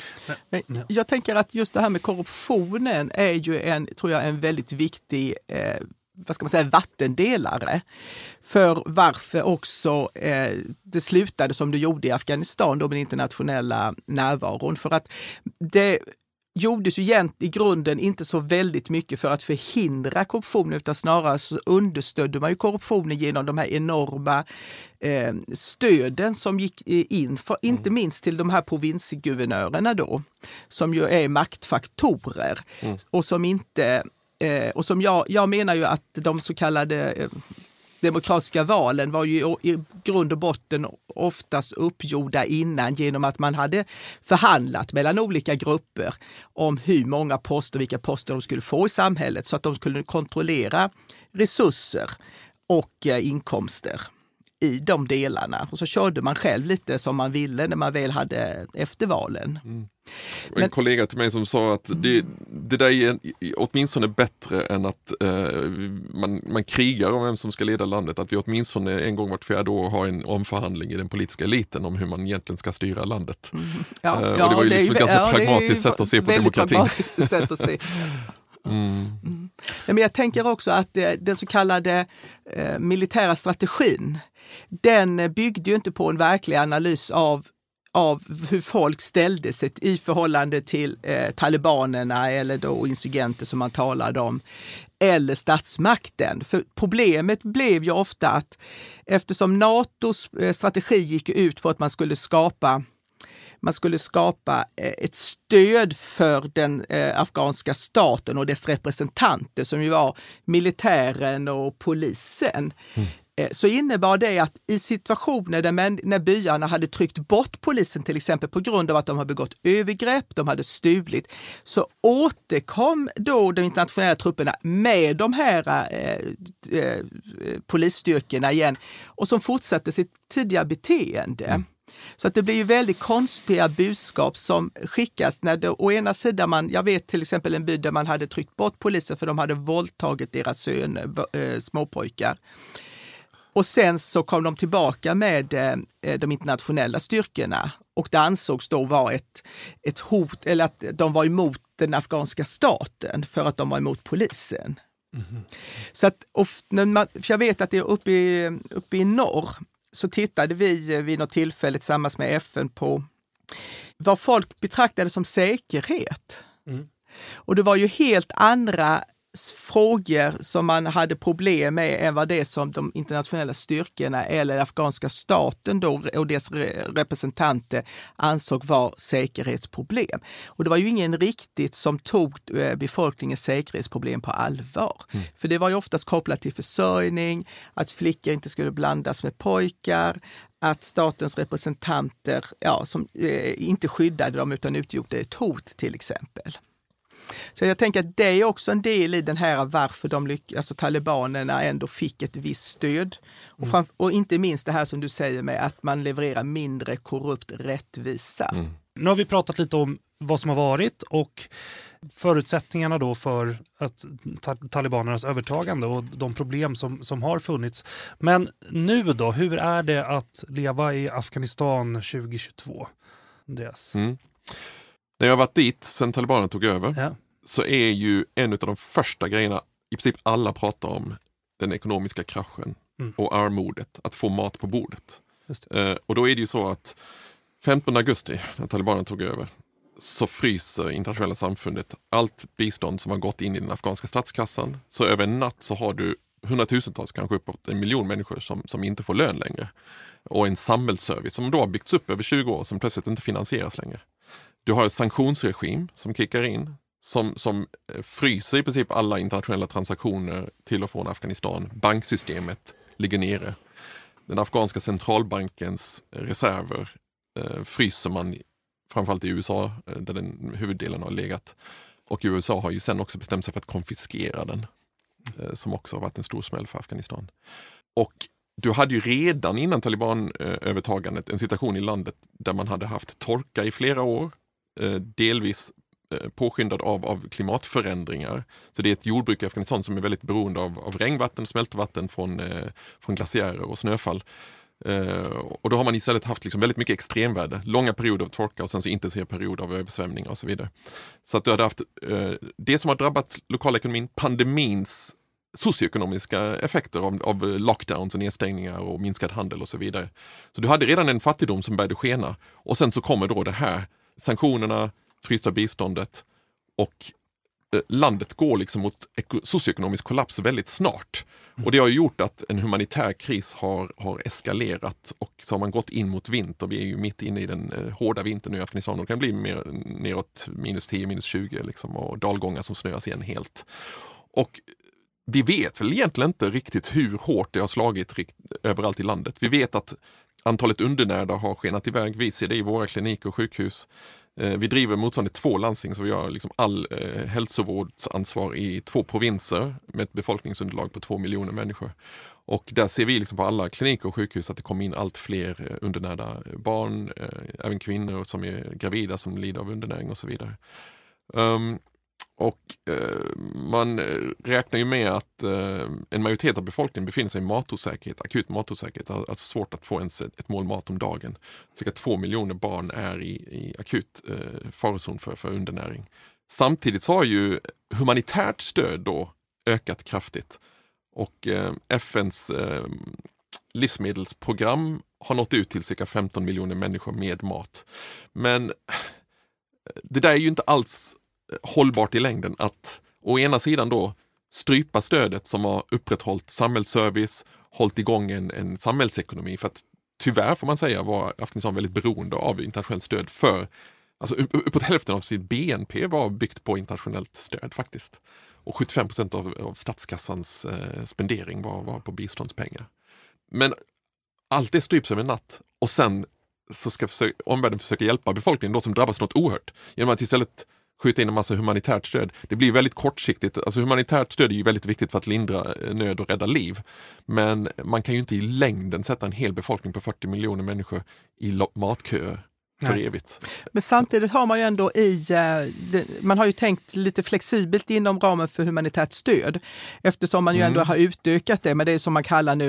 Men jag tänker att just det här med korruptionen är ju en, tror jag, en väldigt viktig eh, vad ska man säga, vattendelare för varför också eh, det slutade som det gjorde i Afghanistan då med den internationella närvaron. För att det gjordes ju egentligen i grunden inte så väldigt mycket för att förhindra korruption, utan snarare så understödde man ju korruptionen genom de här enorma eh, stöden som gick in, för, inte minst till de här provinsguvernörerna då, som ju är maktfaktorer mm. och som inte eh, och som jag, jag menar ju att de så kallade eh, demokratiska valen var ju i grund och botten oftast uppgjorda innan genom att man hade förhandlat mellan olika grupper om hur många poster, vilka poster de skulle få i samhället så att de skulle kontrollera resurser och inkomster i de delarna. Och så körde man själv lite som man ville när man väl hade eftervalen. Mm. En Men, kollega till mig som sa att det, det där är åtminstone bättre än att eh, man, man krigar om vem som ska leda landet. Att vi åtminstone en gång vart fjärde år har en omförhandling i den politiska eliten om hur man egentligen ska styra landet. Mm. Ja, eh, och ja, det var ju liksom ett ganska ja, pragmatiskt sätt att se på demokratin. Sätt att se. Mm. Mm. Men jag tänker också att den så kallade eh, militära strategin, den byggde ju inte på en verklig analys av av hur folk ställde sig i förhållande till eh, talibanerna eller då insurgenter som man talade om, eller statsmakten. För problemet blev ju ofta att eftersom NATOs eh, strategi gick ut på att man skulle skapa Man skulle skapa ett stöd för den eh, afghanska staten och dess representanter som ju var militären och polisen. Mm. Eh, så innebar det att i situationer där man, när byarna hade tryckt bort polisen till exempel på grund av att de har begått övergrepp, de hade stulit, så återkom då de internationella trupperna med de här eh, eh, polisstyrkorna igen och som fortsatte sitt tidiga beteende. Mm. Så att det blir ju väldigt konstiga budskap som skickas när det, å ena sidan man, jag vet till exempel en by där man hade tryckt bort polisen för de hade våldtagit deras söner, äh, småpojkar. Och sen så kom de tillbaka med äh, de internationella styrkorna Och det ansågs då vara ett, ett hot, eller att de var emot den afghanska staten för att de var emot polisen. Mm. Så att, och när man, för jag vet att det är uppe i, uppe i norr så tittade vi vid något tillfälle tillsammans med F N på vad folk betraktade som säkerhet. Mm. Och det var ju helt andra frågor som man hade problem med än vad det som de internationella styrkorna eller afghanska staten då och dess representanter ansåg var säkerhetsproblem. Och det var ju ingen riktigt som tog befolkningens säkerhetsproblem på allvar. Mm. För det var ju oftast kopplat till försörjning, att flickor inte skulle blandas med pojkar, att statens representanter ja, som, eh, inte skyddade dem utan utgjorde ett hot till exempel. Så jag tänker att det är också en del i den här varför de lyck- alltså talibanerna ändå fick ett visst stöd. Och, fram- och inte minst det här som du säger med att man levererar mindre korrupt rättvisa. Mm. Nu har vi pratat lite om vad som har varit och förutsättningarna då för att ta- talibanernas övertagande och de problem som, som har funnits. Men nu då, hur är det att leva i Afghanistan tjugohundratjugotvå? Andreas? Mm. När jag har varit dit sedan talibanerna tog över ja. så är ju en av de första grejerna i princip alla pratar om den ekonomiska kraschen mm. och armodet, att få mat på bordet. Just det. Eh, och då är det ju så att femtonde augusti när talibanerna tog över så fryser internationella samfundet allt bistånd som har gått in i den afghanska statskassan. Så över en natt så har du hundratusentals, kanske uppåt en miljon människor som, som inte får lön längre. Och en samhällsservice som då har byggts upp över tjugo år som plötsligt inte finansieras längre. Du har en sanktionsregim som kickar in, som, som fryser i princip alla internationella transaktioner till och från Afghanistan. Banksystemet ligger nere. Den afghanska centralbankens reserver eh, fryser man framförallt i U S A, där den huvuddelen har legat. Och U S A har ju sen också bestämt sig för att konfiskera den, eh, som också har varit en stor smäll för Afghanistan. Och du hade ju redan innan talibanövertagandet en situation i landet där man hade haft torka i flera år, delvis påskyndad av, av klimatförändringar. Så det är ett jordbruk i Afghanistan som är väldigt beroende av, av regnvatten, smältvatten från, eh, från glaciärer och snöfall. Eh, och då har man istället haft liksom väldigt mycket extremväder, långa perioder av torka och sen så intensiva perioder av översvämningar och så vidare. Så att du hade haft eh, det som har drabbat lokalekonomin, pandemins socioekonomiska effekter av, av lockdowns och nedstängningar och minskad handel och så vidare. Så du hade redan en fattigdom som började skena och sen så kommer då det här, sanktionerna, frysta biståndet och eh, landet går liksom mot eko- socioekonomisk kollaps väldigt snart. Mm. Och det har ju gjort att en humanitär kris har, har eskalerat och så har man gått in mot vinter. Vi är ju mitt inne i den eh, hårda vintern nu i Afghanistan och det kan bli mer, neråt minus tio, minus tjugo liksom, och dalgångar som snöas igen helt. Och vi vet väl egentligen inte riktigt hur hårt det har slagit rikt- överallt i landet. Vi vet att antalet undernärda har skenat iväg. Vi ser det i våra kliniker och sjukhus. Eh, vi driver motsvarande två landsting så vi har liksom all eh, hälsovårdsansvar i två provinser med ett befolkningsunderlag på två miljoner människor. Och där ser vi liksom på alla kliniker och sjukhus att det kommer in allt fler eh, undernärda barn, eh, även kvinnor som är gravida som lider av undernäring och så vidare. Um, Och eh, man räknar ju med att eh, en majoritet av befolkningen befinner sig i matosäkerhet, akut matosäkerhet, alltså svårt att få ens ett, ett mål mat om dagen. Cirka två miljoner barn är i, i akut eh, farozon för, för undernäring. Samtidigt så har ju humanitärt stöd då ökat kraftigt och eh, F N:s eh, livsmedelsprogram har nått ut till cirka femton miljoner människor med mat. Men det där är ju inte alls hållbart i längden att å ena sidan då strypa stödet som har upprätthållit samhällsservice, hållit igång en, en samhällsekonomi, för att tyvärr får man säga var Afghanistan väldigt beroende av internationellt stöd för, alltså uppåt hälften av sitt B N P var byggt på internationellt stöd faktiskt. Och sjuttiofem procent av, av statskassans eh, spendering var, var på biståndspengar. Men allt det stryps över en natt och sen så ska försöka, omvärlden försöka hjälpa befolkningen då som drabbas något oerhört genom att istället skjuta in en massa humanitärt stöd. Det blir väldigt kortsiktigt. Alltså humanitärt stöd är ju väldigt viktigt för att lindra nöd och rädda liv. Men man kan ju inte i längden sätta en hel befolkning på fyrtio miljoner människor i matköer för Nej. evigt. Men samtidigt har man ju ändå i, man har ju tänkt lite flexibelt inom ramen för humanitärt stöd eftersom man ju ändå mm. har utökat det med det som man kallar nu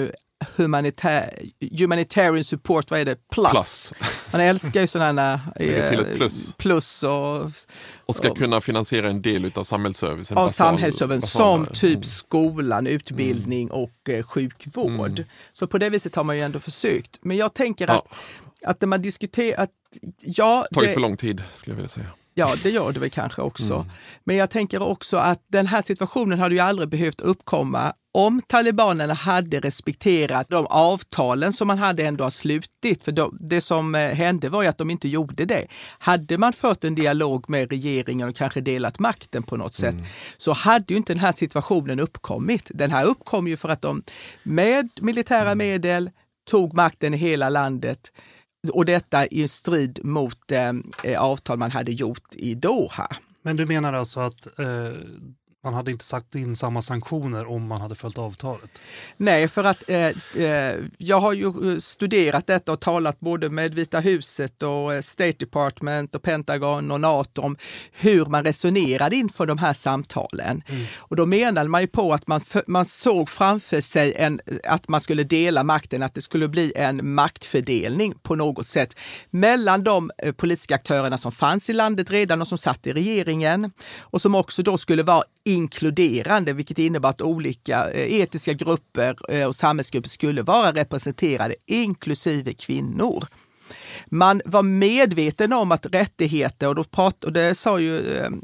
humanitär, humanitarian support, vad är det? Plus. plus. Man älskar ju sådana eh, till ett plus. plus och, och ska och, kunna finansiera en del av samhällsservicen. Av samhällsservicen som typ skolan, utbildning mm. och eh, sjukvård. Mm. Så på det viset har man ju ändå försökt. Men jag tänker att, ja. att när man diskuterar... Att, ja, tagit det, för lång tid skulle jag vilja säga. Ja, det gör det väl kanske också. Mm. Men jag tänker också att den här situationen hade ju aldrig behövt uppkomma om talibanerna hade respekterat de avtalen som man hade ändå har slutit. För de, det som hände var ju att de inte gjorde det. Hade man fört en dialog med regeringen och kanske delat makten på något sätt mm. så hade ju inte den här situationen uppkommit. Den här uppkom ju för att de med militära mm. medel tog makten i hela landet. Och detta i strid mot eh, avtal man hade gjort i Doha. Men du menar alltså att eh, man hade inte satt in samma sanktioner om man hade följt avtalet? Nej, för att eh, eh, jag har ju studerat detta och talat både med Vita huset och State Department och Pentagon och NATO om hur man resonerade inför de här samtalen. Mm. Och då menade man ju på att man, man såg framför sig en, att man skulle dela makten, att det skulle bli en maktfördelning på något sätt mellan de eh, politiska aktörerna som fanns i landet redan och som satt i regeringen och som också då skulle vara inkluderande, vilket innebär att olika etiska grupper och samhällsgrupper skulle vara representerade, inklusive kvinnor. Man var medveten om att rättigheter, och, då prat, och det sa ju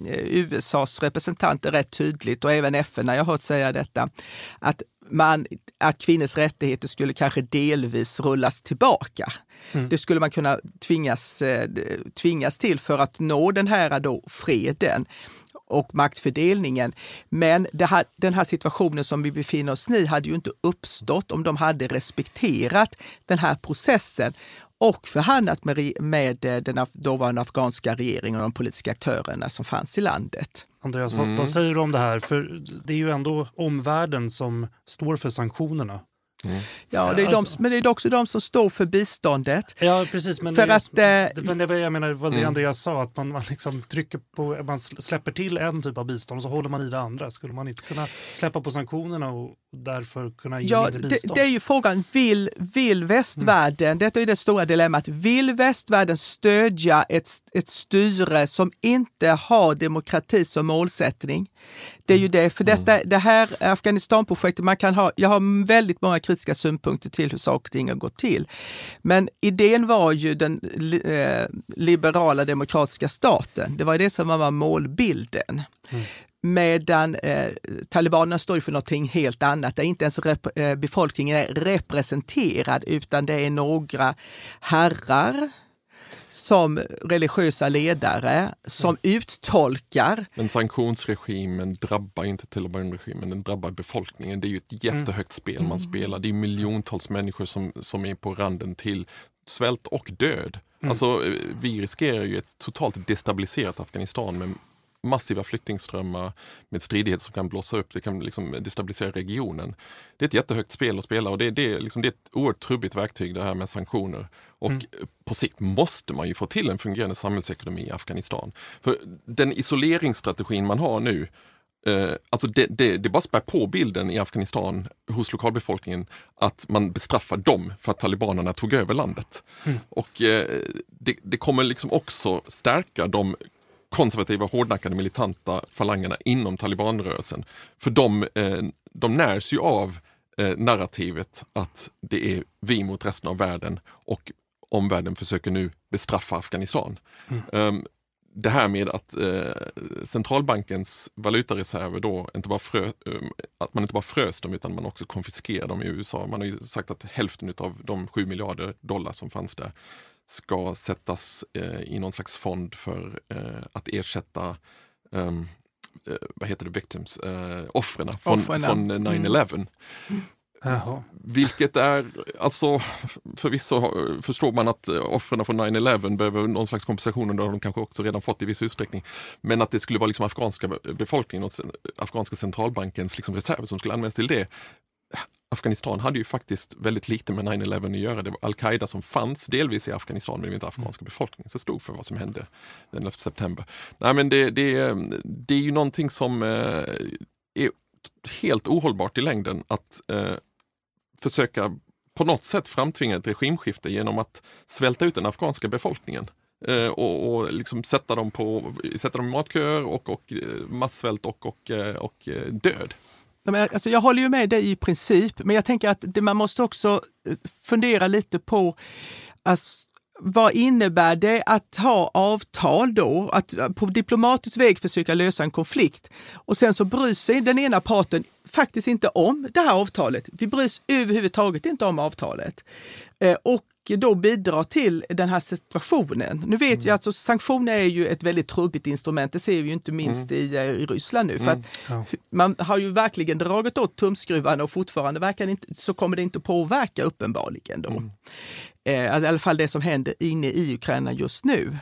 U S A:s representanter rätt tydligt och även F N när jag hört säga detta, att, man, att kvinnors rättigheter skulle kanske delvis rullas tillbaka. Mm. Det skulle man kunna tvingas, tvingas till för att nå den här då freden och maktfördelningen. Men det här, den här situationen som vi befinner oss i hade ju inte uppstått om de hade respekterat den här processen och förhandlat med, med den dåvarande afghanska regeringen och de politiska aktörerna som fanns i landet. Andreas, mm. vad, vad säger du om det här? För det är ju ändå omvärlden som står för sanktionerna. Mm. Ja, det är alltså, de, men det är också de som står för biståndet. Ja, precis. Men för det, att, det, det, det, jag menar vad det mm. Andreas sa, att man, man liksom trycker på, man släpper till en typ av bistånd och så håller man i det andra. Skulle man inte kunna släppa på sanktionerna och därför kunna ge ja, mindre bistånd? Det, det är ju frågan, vill, vill västvärlden, mm. detta är det stora dilemmat, vill västvärlden stödja ett, ett styre som inte har demokrati som målsättning? Det är ju det, för detta, det här Afghanistan-projektet, man kan ha, jag har väldigt många kritiska synpunkter till hur saker och ting har gått till. Men idén var ju den eh, liberala demokratiska staten. Det var det som var målbilden. Mm. Medan eh, talibanerna står ju för någonting helt annat. Det är inte ens rep- eh, befolkningen är representerad, utan det är några herrar som religiösa ledare som mm. uttolkar. Men sanktionsregimen drabbar inte Taliban-regimen, den drabbar befolkningen. Det är ju ett jättehögt spel man spelar. Det är miljontals människor som, som är på randen till svält och död. Mm. Alltså, vi riskerar ju ett totalt destabiliserat Afghanistan med massiva flyktingströmmar, med stridigheter som kan blåsa upp, det kan liksom destabilisera regionen. Det är ett jättehögt spel att spela och det, det, är, liksom, det är ett oerhört trubbigt verktyg det här med sanktioner. Och mm. på sikt måste man ju få till en fungerande samhällsekonomi i Afghanistan. För den isoleringsstrategin man har nu, eh, alltså det, det, det bara spär på bilden i Afghanistan hos lokalbefolkningen att man bestraffar dem för att talibanerna tog över landet. Mm. Och eh, det, det kommer liksom också stärka de konservativa, hårdnackade, militanta falangerna inom talibanrörelsen. För de, eh, de närs ju av eh, narrativet att det är vi mot resten av världen och omvärlden försöker nu bestraffa Afghanistan. Mm. Um, det här med att eh, centralbankens valutareserver då inte bara frö, um, att man inte bara frös dem utan man också konfiskerar dem i U S A. Man har ju sagt att hälften av de sju miljarder dollar som fanns där ska sättas eh, i någon slags fond för eh, att ersätta um, eh, vad heter det, victims, eh, offrena från, Offrena. från nine eleven. Mm. Jaha. Vilket är, alltså förvisso förstår man att offren från nine eleven behöver någon slags kompensation och de kanske också redan fått i viss utsträckning. Men att det skulle vara liksom afghanska befolkningen och afghanska centralbankens liksom reserver som skulle användas till det. Afghanistan hade ju faktiskt väldigt lite med nine eleven att göra. Det var Al-Qaida som fanns delvis i Afghanistan men det var inte afghanska befolkningen som stod för vad som hände den elfte september. Nej men det, det, det är ju någonting som är helt ohållbart i längden att eh, försöka på något sätt framtvinga ett regimskifte genom att svälta ut den afghanska befolkningen. Eh, och och liksom sätta dem på sätta dem i matköer och, och massvält och, och, och död. Alltså jag håller ju med dig i princip, men jag tänker att det, man måste också fundera lite på alltså, vad innebär det att ha avtal då? Att på diplomatisk väg försöka lösa en konflikt och sen så bryr sig den ena parten faktiskt inte om det här avtalet. Vi bryr oss överhuvudtaget inte om avtalet. Eh, och då bidrar till den här situationen. Nu vet mm. jag att alltså, sanktioner är ju ett väldigt trubbigt instrument. Det ser vi ju inte minst mm. i, i Ryssland nu. För mm. att ja. Man har ju verkligen dragit åt tumskruvarna och fortfarande verkar inte, så kommer det inte påverka uppenbarligen då. Mm. Eh, I alla fall det som händer inne i Ukraina just nu.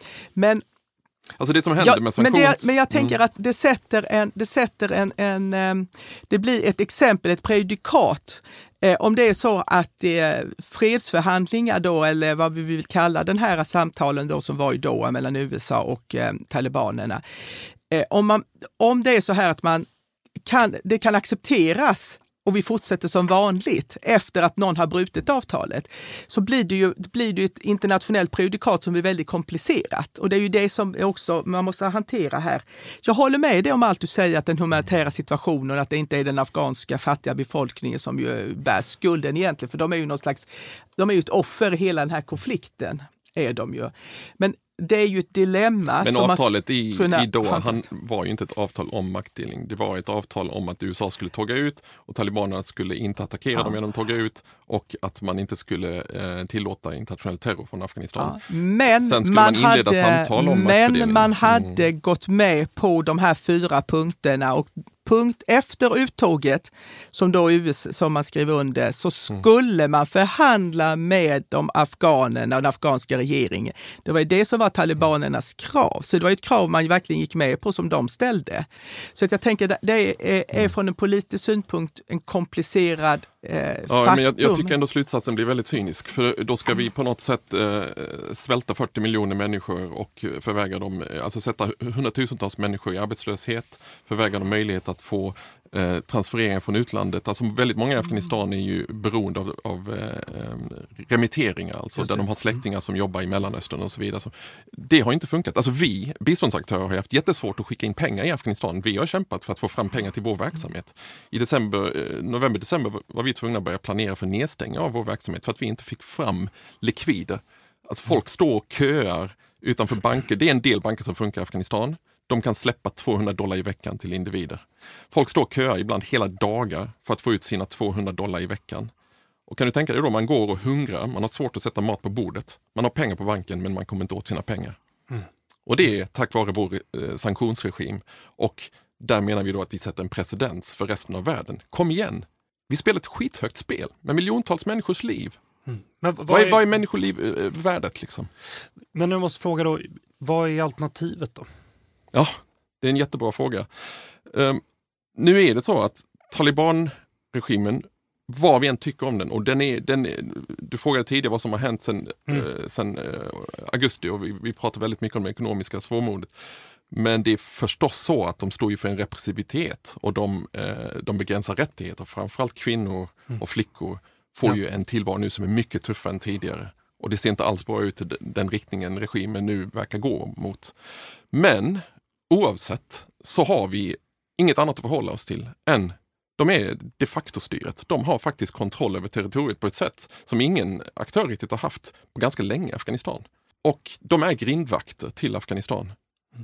Men Alltså det som händer ja, med sanktions... men, det, men jag tänker mm. att det sätter en, det sätter en, en, en det blir ett exempel, ett prejudikat. Eh, om det är så att eh, fredsförhandlingar då, eller vad vi vill kalla den här samtalen då som var i Doha mellan U S A och eh, talibanerna. Eh, om, man, om det är så här att man kan, det kan accepteras och vi fortsätter som vanligt efter att någon har brutit avtalet, så blir det ju blir det ett internationellt prejudikat som är väldigt komplicerat. Och det är ju det som också man måste hantera här. Jag håller med dig om allt du säger, att den humanitära situationen, att det inte är den afghanska fattiga befolkningen som ju bär skulden egentligen, för de är ju någon slags, de är ju ett offer i hela den här konflikten, är de ju. Men det är ju ett dilemma. Men som avtalet i, i Doha han var ju inte ett avtal om maktdelning. Det var ett avtal om att U S A skulle tåga ut och talibanerna skulle inte attackera ja. dem genom att tåga ut, och att man inte skulle eh, tillåta internationell terror från Afghanistan. Ja. Men, Sen skulle man, man inleda hade, samtal om men man hade mm. gått med på de här fyra punkterna, och punkt efter uttåget som då U S, som man skrev under, så skulle man förhandla med de afghanerna och den afghanska regeringen. Det var det som var talibanernas krav. Så det var ett krav man verkligen gick med på som de ställde. Så att jag tänker att det är, är från en politisk synpunkt en komplicerad eh, ja, faktum. Men jag, jag tycker ändå slutsatsen blir väldigt cynisk. För då ska vi på något sätt eh, svälta fyrtio miljoner människor och förvägra dem, alltså sätta hundratusentals människor i arbetslöshet, förvägra dem möjlighet att få eh, transfereringar från utlandet. Alltså väldigt många i Afghanistan är ju beroende av, av eh, remitteringar, alltså där de har släktingar som jobbar i Mellanöstern och så vidare. Så det har inte funkat. Alltså vi, biståndsaktörer, har haft jättesvårt att skicka in pengar i Afghanistan. Vi har kämpat för att få fram pengar till vår verksamhet. I december, eh, november, december var vi tvungna att börja planera för nedstängning av vår verksamhet för att vi inte fick fram likvider. Alltså folk står och köar utanför banker. Det är en del banker som funkar i Afghanistan. De kan släppa tvåhundra dollar i veckan till individer. Folk står och köar ibland hela dagar för att få ut sina tvåhundra dollar i veckan. Och kan du tänka dig då, man går och hungrar, man har svårt att sätta mat på bordet. Man har pengar på banken men man kommer inte åt sina pengar. Mm. Och det är tack vare vår eh, sanktionsregim. Och där menar vi då att vi sätter en precedens för resten av världen. Kom igen! Vi spelar ett skithögt spel med miljontals människors liv. Mm. Men vad, vad, är, vad är människoliv äh, värdet liksom? Men nu måste fråga då, vad är alternativet då? Ja, det är en jättebra fråga. Um, nu är det så att Taliban-regimen, vad vi än tycker om den, och den är, den är, du frågade tidigare vad som har hänt sedan mm. uh, sen, uh, augusti, och vi, vi pratar väldigt mycket om det ekonomiska svårmodet. Men det är förstås så att de står ju för en repressivitet, och de, uh, de begränsar rättigheter. Framförallt kvinnor och flickor får ja. ju en tillvaro nu som är mycket tuffare än tidigare. Och det ser inte alls bra ut i den riktningen regimen nu verkar gå mot. Men oavsett så har vi inget annat att förhålla oss till än de är de facto styret. De har faktiskt kontroll över territoriet på ett sätt som ingen aktör riktigt har haft på ganska länge i Afghanistan. Och de är grindvakter till Afghanistan.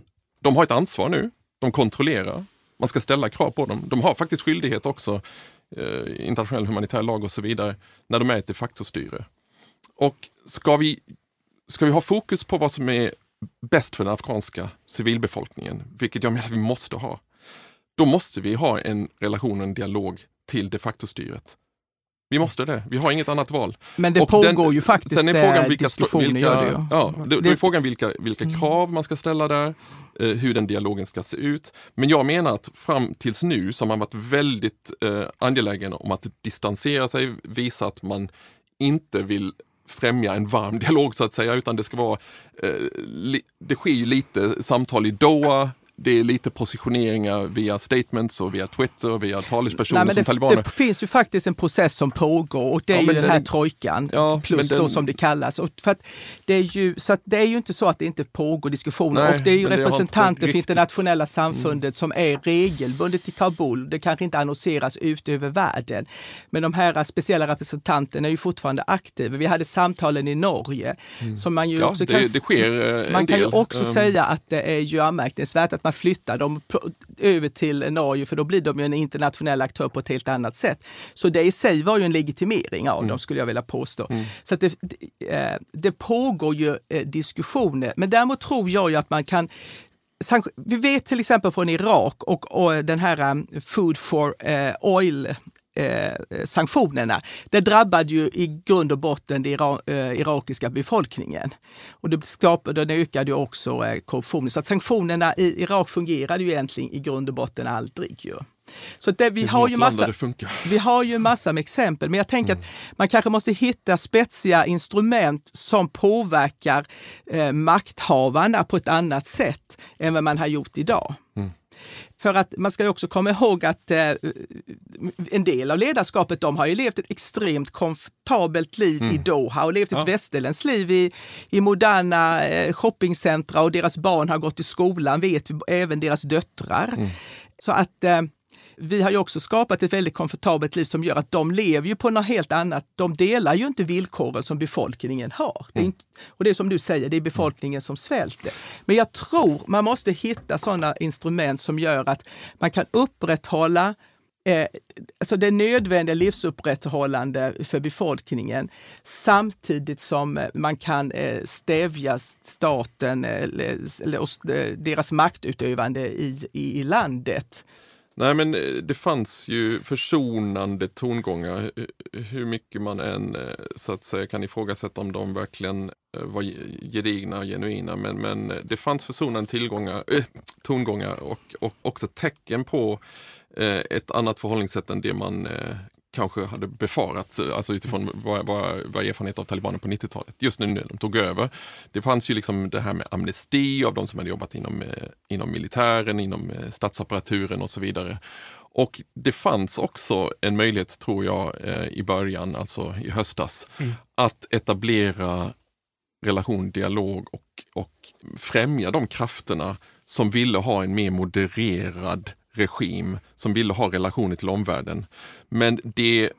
De har ett ansvar nu. De kontrollerar. Man ska ställa krav på dem. De har faktiskt skyldighet också, eh, internationell humanitär lag och så vidare, när de är ett de facto styre. Och ska vi, ska vi ha fokus på vad som är bäst för den afghanska civilbefolkningen, vilket jag menar att vi måste ha, då måste vi ha en relation och en dialog till de facto-styret. Vi måste det. Vi har inget annat val. Men det och pågår den, ju faktiskt sen är frågan vilka, diskussioner vilka, gör det. Ja, det, det är frågan vilka, vilka krav man ska ställa där, eh, hur den dialogen ska se ut. Men jag menar att fram tills nu så har man varit väldigt eh, angelägen om att distansera sig, visa att man inte vill främja en varm dialog så att säga, utan det ska vara, eh, li, det sker ju lite samtal i Doha, det är lite positioneringar via statements och via Twitter, via talespersoner. Nej, men som det, talibaner. Det finns ju faktiskt en process som pågår och det är ja, ju den, den här trojkan ja, plus den, då som det kallas. Och för att det, är ju, så att det är ju inte så att det inte pågår diskussioner. Nej, och det är ju representanter det för internationella samfundet mm. som är regelbundet i Kabul. Det kanske inte annonseras ut över världen. Men de här speciella representanterna är ju fortfarande aktiva. Vi hade samtalen i Norge. Mm. Som man ju ja, också det, kan, det sker eh, man kan del. ju också um. säga att det är ju anmärkningsvärt att man flyttar dem över till Norge, för då blir de ju en internationell aktör på ett helt annat sätt. Så det i sig var ju en legitimering av mm. dem, skulle jag vilja påstå. Mm. Så att det, det, det pågår ju eh, diskussioner. Men däremot tror jag ju att man kan... Vi vet till exempel från Irak och, och den här um, Food for uh, Oil Eh, sanktionerna, det drabbade ju i grund och botten den ira, eh, irakiska befolkningen. Och det skapade, det ökade ju också eh, korruptionen. Så att sanktionerna i Irak fungerade ju egentligen i grund och botten aldrig. Ju. Så det, vi, har ju massa, vi har ju massa med exempel, men jag tänker mm. att man kanske måste hitta spetsiga instrument som påverkar eh, makthavarna på ett annat sätt än vad man har gjort idag. Mm. För att man ska också komma ihåg att eh, en del av ledarskapet, de har ju levt ett extremt komfortabelt liv mm. i Doha och levt ett ja. västerländskt liv i, i moderna eh, shoppingcentra, och deras barn har gått i skolan, vet vi, även deras döttrar. Mm. Så att eh, vi har ju också skapat ett väldigt komfortabelt liv som gör att de lever ju på något helt annat. De delar ju inte villkoren som befolkningen har. Det är inte, och det är som du säger, det är befolkningen som svälter. Men jag tror man måste hitta sådana instrument som gör att man kan upprätthålla eh, alltså det nödvändiga livsupprätthållande för befolkningen, samtidigt som man kan eh, stävja staten eller, eller deras maktutövande i, i, i landet. Nej, men det fanns ju försonande tongångar, hur mycket man än så att säga kan ifrågasätta om de verkligen var gedigna och genuina, men, men det fanns försonande tillgångar, äh, tongångar och, och också tecken på äh, ett annat förhållningssätt än det man äh, kanske hade befarat, alltså utifrån vad, vad, vad erfarenhet av talibaner på nittiotalet. Just nu när de tog över. Det fanns ju liksom det här med amnesti av de som hade jobbat inom, eh, inom militären, inom eh, statsapparaturen och så vidare. Och det fanns också en möjlighet, tror jag, eh, i början, alltså i höstas, mm. att etablera relation, dialog och, och främja de krafterna som ville ha en mer modererad regim, som ville ha relationer till omvärlden. Men det,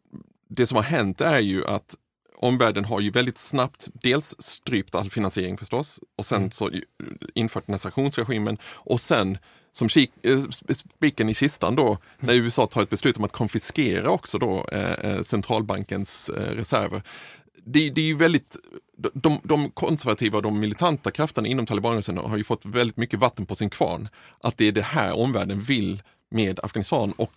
det som har hänt är ju att omvärlden har ju väldigt snabbt dels strypt all finansiering förstås, och sen så infört den här sanktionsregimen, och sen som spiken i kistan då, när U S A tar ett beslut om att konfiskera också då eh, centralbankens eh, reserver. Det, det är ju väldigt, de, de konservativa och de militanta krafterna inom talibanrörelsen har ju fått väldigt mycket vatten på sin kvarn. Att det är det här omvärlden vill med Afghanistan, och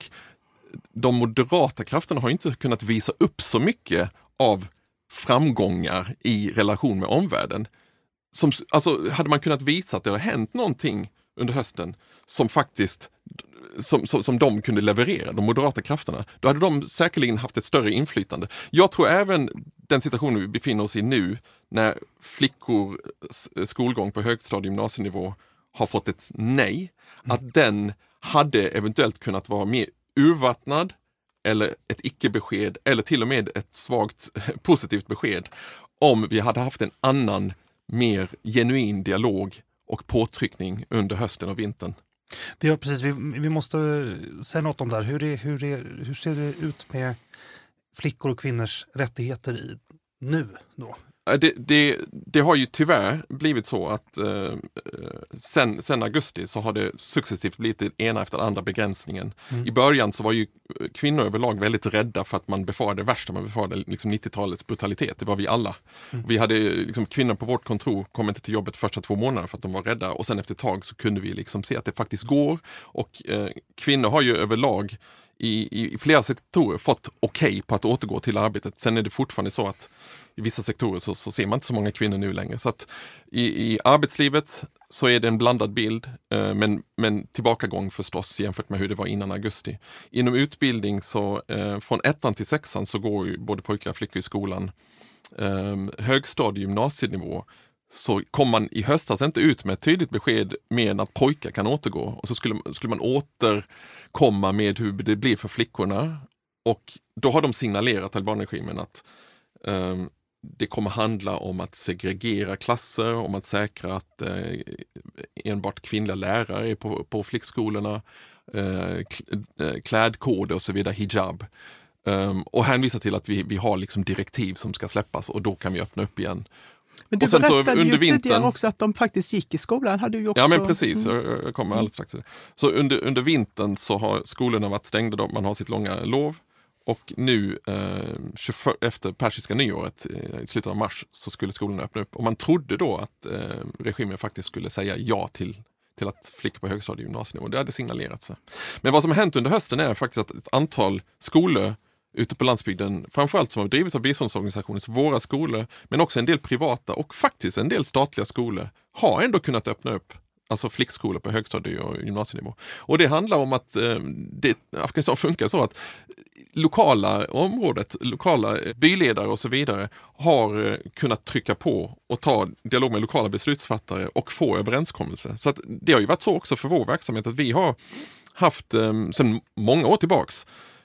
de moderata krafterna har inte kunnat visa upp så mycket av framgångar i relation med omvärlden. Som, alltså, hade man kunnat visa att det har hänt någonting under hösten som faktiskt Som, som, som de kunde leverera, de moderata krafterna, då hade de säkerligen haft ett större inflytande. Jag tror även den situationen vi befinner oss i nu, när flickor skolgång på högstadie- och gymnasienivå har fått ett nej, mm. att den hade eventuellt kunnat vara mer urvattnad, eller ett icke-besked, eller till och med ett svagt positivt besked, om vi hade haft en annan, mer genuin dialog och påtryckning under hösten och vintern. Vi, har precis, vi, vi måste säga något om det här. Hur, är, hur, är, hur ser det ut med flickor och kvinnors rättigheter i, nu då? Det, det, det har ju tyvärr blivit så att eh, sen, sen augusti så har det successivt blivit den ena efter den andra begränsningen. Mm. I början så var ju kvinnor överlag väldigt rädda för att man befarade det värsta, man befarade liksom nittiotalets brutalitet. Det var vi alla. Mm. Vi hade liksom, kvinnor på vårt kontor kom inte till jobbet första två månader för att de var rädda, och sen efter ett tag så kunde vi liksom se att det faktiskt går, och eh, kvinnor har ju överlag i, i flera sektorer fått okej okay på att återgå till arbetet. Sen är det fortfarande så att i vissa sektorer så, så ser man inte så många kvinnor nu längre. Så att i, i arbetslivet så är det en blandad bild, eh, men, men tillbakagång förstås jämfört med hur det var innan augusti. Inom utbildning så eh, från ettan till sexan så går ju både pojkar och flickor i skolan. Eh, högstadie- och gymnasienivå så kom man i höstas inte ut med ett tydligt besked mer än att pojkar kan återgå. Och så skulle, skulle man återkomma med hur det blir för flickorna. Och då har de signalerat talibanregimen att um, det kommer handla om att segregera klasser, om att säkra att eh, enbart kvinnliga lärare är på, på flickskolorna, eh, klädkoder och så vidare, hijab. Um, och hänvisar till att vi, vi har liksom direktiv som ska släppas och då kan vi öppna upp igen. Men du och sen berättade så under ju vintern, tidigare också att de faktiskt gick i skolan. Hade ju också... Ja men precis, jag, jag kommer alldeles strax till det. Så under, under vintern så har skolorna varit stängda, då man har sitt långa lov. Och nu eh, tjugofyra, efter persiska nyåret eh, i slutet av mars så skulle skolorna öppna upp. Och man trodde då att eh, regimen faktiskt skulle säga ja till, till att flickor på högstadie och gymnasienivå. Det hade signalerats. Men vad som har hänt under hösten är faktiskt att ett antal skolor ute på landsbygden, framförallt som har drivits av biståndsorganisationer, våra skolor, men också en del privata och faktiskt en del statliga skolor har ändå kunnat öppna upp. Alltså flickskolor på högstadie och gymnasienivå. Och det handlar om att eh, det, Afghanistan funkar så att lokala området, lokala byledare och så vidare har eh, kunnat trycka på och ta dialog med lokala beslutsfattare och få överenskommelser. Så att det har ju varit så också för vår verksamhet att vi har haft eh, sedan många år tillbaks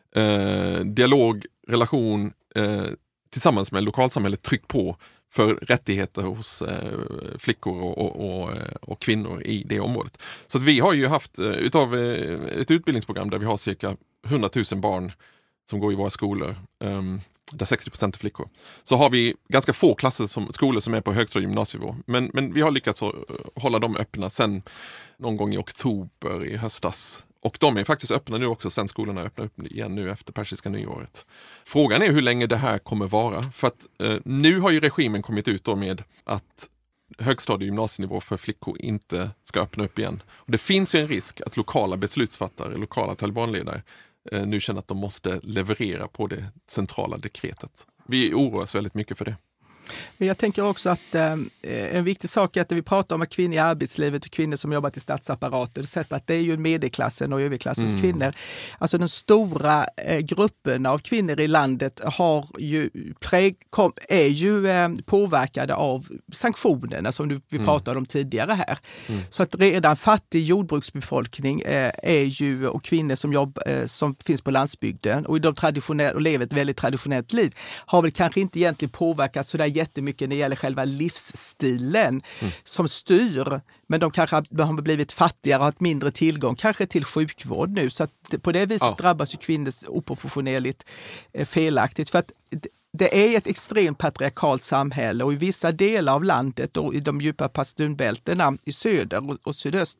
eh, dialog, relation eh, tillsammans med lokalsamhället tryck på för rättigheter hos eh, flickor och, och, och, och kvinnor i det området. Så att vi har ju haft eh, utav eh, ett utbildningsprogram där vi har cirka hundratusen barn som går i våra skolor, eh, där sextio procent är flickor. Så har vi ganska få klasser som, skolor som är på högstadie- och gymnasienivå. Men, men vi har lyckats att hålla dem öppna sen någon gång i oktober i höstas. Och de är faktiskt öppna nu också sen skolorna öppnar upp igen nu efter persiska nyåret. Frågan är hur länge det här kommer vara. För att eh, nu har ju regimen kommit ut då med att högstadie- och gymnasienivå för flickor inte ska öppna upp igen. Och det finns ju en risk att lokala beslutsfattare, lokala talibanledare eh, nu känner att de måste leverera på det centrala dekretet. Vi oroar oss väldigt mycket för det. Men jag tänker också att eh, en viktig sak är att vi pratar om att kvinnor i arbetslivet och kvinnor som jobbar i statsapparater, sett att det är ju medelklassen och överklassens mm. kvinnor. Alltså den stora eh, gruppen av kvinnor i landet har ju präg, kom, är ju eh, påverkade av sanktionerna som du, vi mm. pratade om tidigare här. Mm. Så att redan fattig jordbruksbefolkning eh, är ju, och kvinnor som, jobb, eh, som finns på landsbygden och, de traditionell, och lever ett väldigt traditionellt liv har väl kanske inte egentligen påverkats så där jättemycket när det gäller själva livsstilen mm. som styr. Men de kanske har blivit fattigare och har mindre tillgång kanske till sjukvård nu. Så att på det viset ja. drabbas ju kvinnor oproportionerligt eh, felaktigt. För att det är ett extremt patriarkalt samhälle och i vissa delar av landet och i de djupa pastunbältena i söder och, och sydöst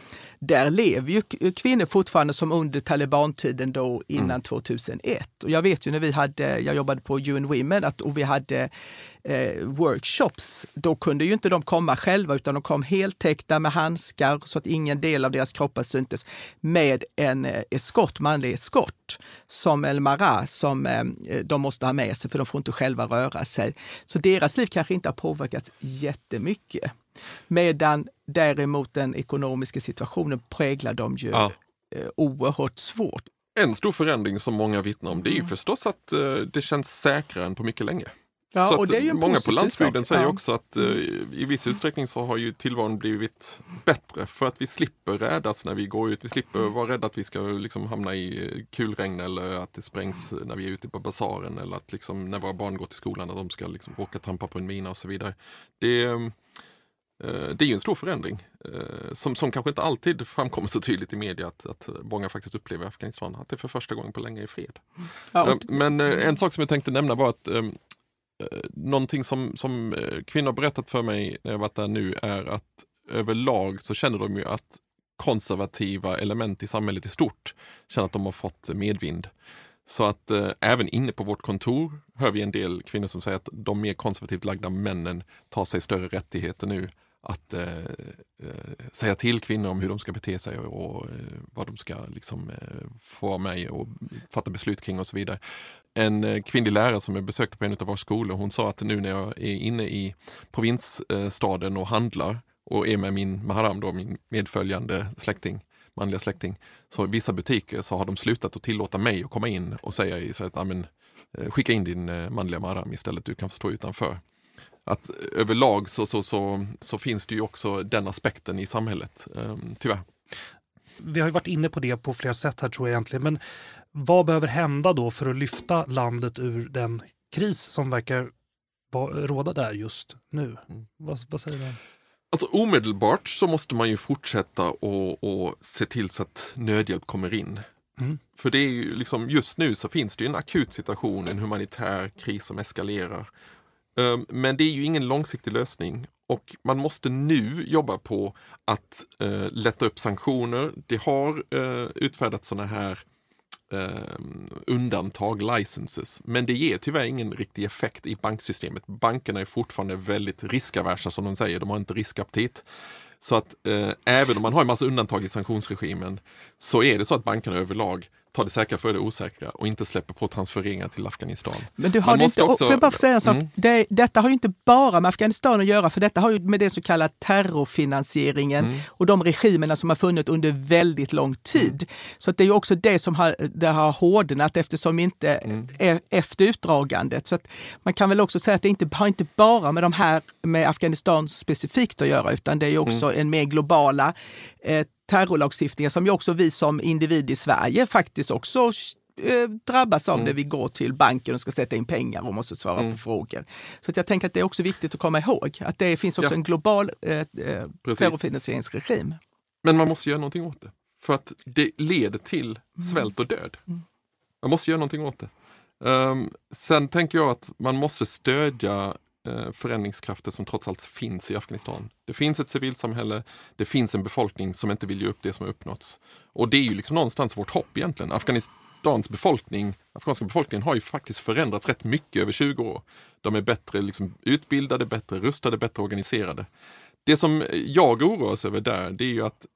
där lever ju kvinnor fortfarande som under talibantiden då innan mm. tjugohundraett. Och jag vet ju när vi hade, jag jobbade på U N Women att, och vi hade eh, workshops, då kunde ju inte de komma själva utan de kom heltäckta med handskar så att ingen del av deras kroppar syntes med en eh, eskort, manlig eskort som El Mara som eh, de måste ha med sig för de får inte själva röra sig. Så deras liv kanske inte har påverkats jättemycket. Medan däremot den ekonomiska situationen präglar dem ju ja. eh, oerhört svårt. En stor förändring som många vittnar om det är ju förstås att eh, det känns säkrare än på mycket länge. Ja, så och det är ju en många på landsbygden sak. säger Ja. också att eh, i viss utsträckning så har ju tillvaron blivit bättre för att vi slipper rädas när vi går ut. Vi slipper vara rädda att vi ska liksom hamna i kulregn eller att det sprängs när vi är ute på basaren eller att liksom, när våra barn går till skolan att de ska liksom råka trampa på en mina och så vidare. Det är Det är ju en stor förändring som, som kanske inte alltid framkommer så tydligt i media att, att många faktiskt upplever Afghanistan att det för första gången på länge är fred. Ja, Men en sak som jag tänkte nämna var att um, någonting som, som kvinnor har berättat för mig när jag varit där nu är att överlag så känner de ju att konservativa element i samhället i stort känner att de har fått medvind. Så att eh, även inne på vårt kontor hör vi en del kvinnor som säger att de mer konservativt lagda männen tar sig större rättigheter nu att eh, eh, säga till kvinnor om hur de ska bete sig och, och eh, vad de ska liksom, eh, få vara med och fatta beslut kring och så vidare. En eh, kvinnlig lärare som jag besökte på en av våra skolor, hon sa att nu när jag är inne i provinsstaden och handlar och är med min maharam, då, min medföljande släkting, manliga släkting, så i vissa butiker så har de slutat att tillåta mig att komma in och säga så att amen, skicka in din manliga maharam istället, du kan stå utanför. att överlag så, så, så, så finns det ju också den aspekten i samhället, eh, tyvärr. Vi har ju varit inne på det på flera sätt här tror jag egentligen, men vad behöver hända då för att lyfta landet ur den kris som verkar råda där just nu? Mm. Vad, vad säger du? Alltså omedelbart så måste man ju fortsätta och, och se till så att nödhjälp kommer in. Mm. För det är ju liksom, just nu så finns det ju en akut situation, en humanitär kris som eskalerar. Um, men det är ju ingen långsiktig lösning. Och man måste nu jobba på att uh, lätta upp sanktioner. Det har uh, utfärdat sådana här uh, undantag, licenses. Men det ger tyvärr ingen riktig effekt i banksystemet. Bankerna är fortfarande väldigt riskaversa som de säger. De har inte riskaptit. Så att uh, även om man har en massa undantag i sanktionsregimen så är det så att bankerna överlag tar det säkra för det osäkra och inte släpper på transfereringar till Afghanistan. Men du har det inte, också, får jag bara få säga en sak? Mm. Det, detta har ju inte bara med Afghanistan att göra, för detta har ju med det så kallade terrorfinansieringen mm. och de regimerna som har funnits under väldigt lång tid. Mm. Så att det är ju också det som har, det har hårdnat eftersom inte mm. är efter utdragandet. Så att man kan väl också säga att det inte har inte bara med de här med Afghanistan specifikt att göra, utan det är ju också mm. en mer globala eh, terrorlagstiftningen som ju också vi som individ i Sverige faktiskt också eh, drabbas av mm. när vi går till banken och ska sätta in pengar och måste svara mm. på frågor. Så att jag tänker att det är också viktigt att komma ihåg att det finns också ja. en global eh, terrorfinansieringsregim. Men man måste göra någonting åt det. För att det leder till svält och död. Mm. Man måste göra någonting åt det. Um, sen tänker jag att man måste stödja förändringskrafter som trots allt finns i Afghanistan. Det finns ett civilsamhälle, det finns en befolkning som inte vill ge upp det som har uppnåtts. Och det är ju liksom någonstans vårt hopp egentligen. Afghanistans befolkning, afghanska befolkningen har ju faktiskt förändrats rätt mycket över tjugo år. De är bättre liksom utbildade, bättre rustade, bättre organiserade. Det som jag oroas över där, det är ju att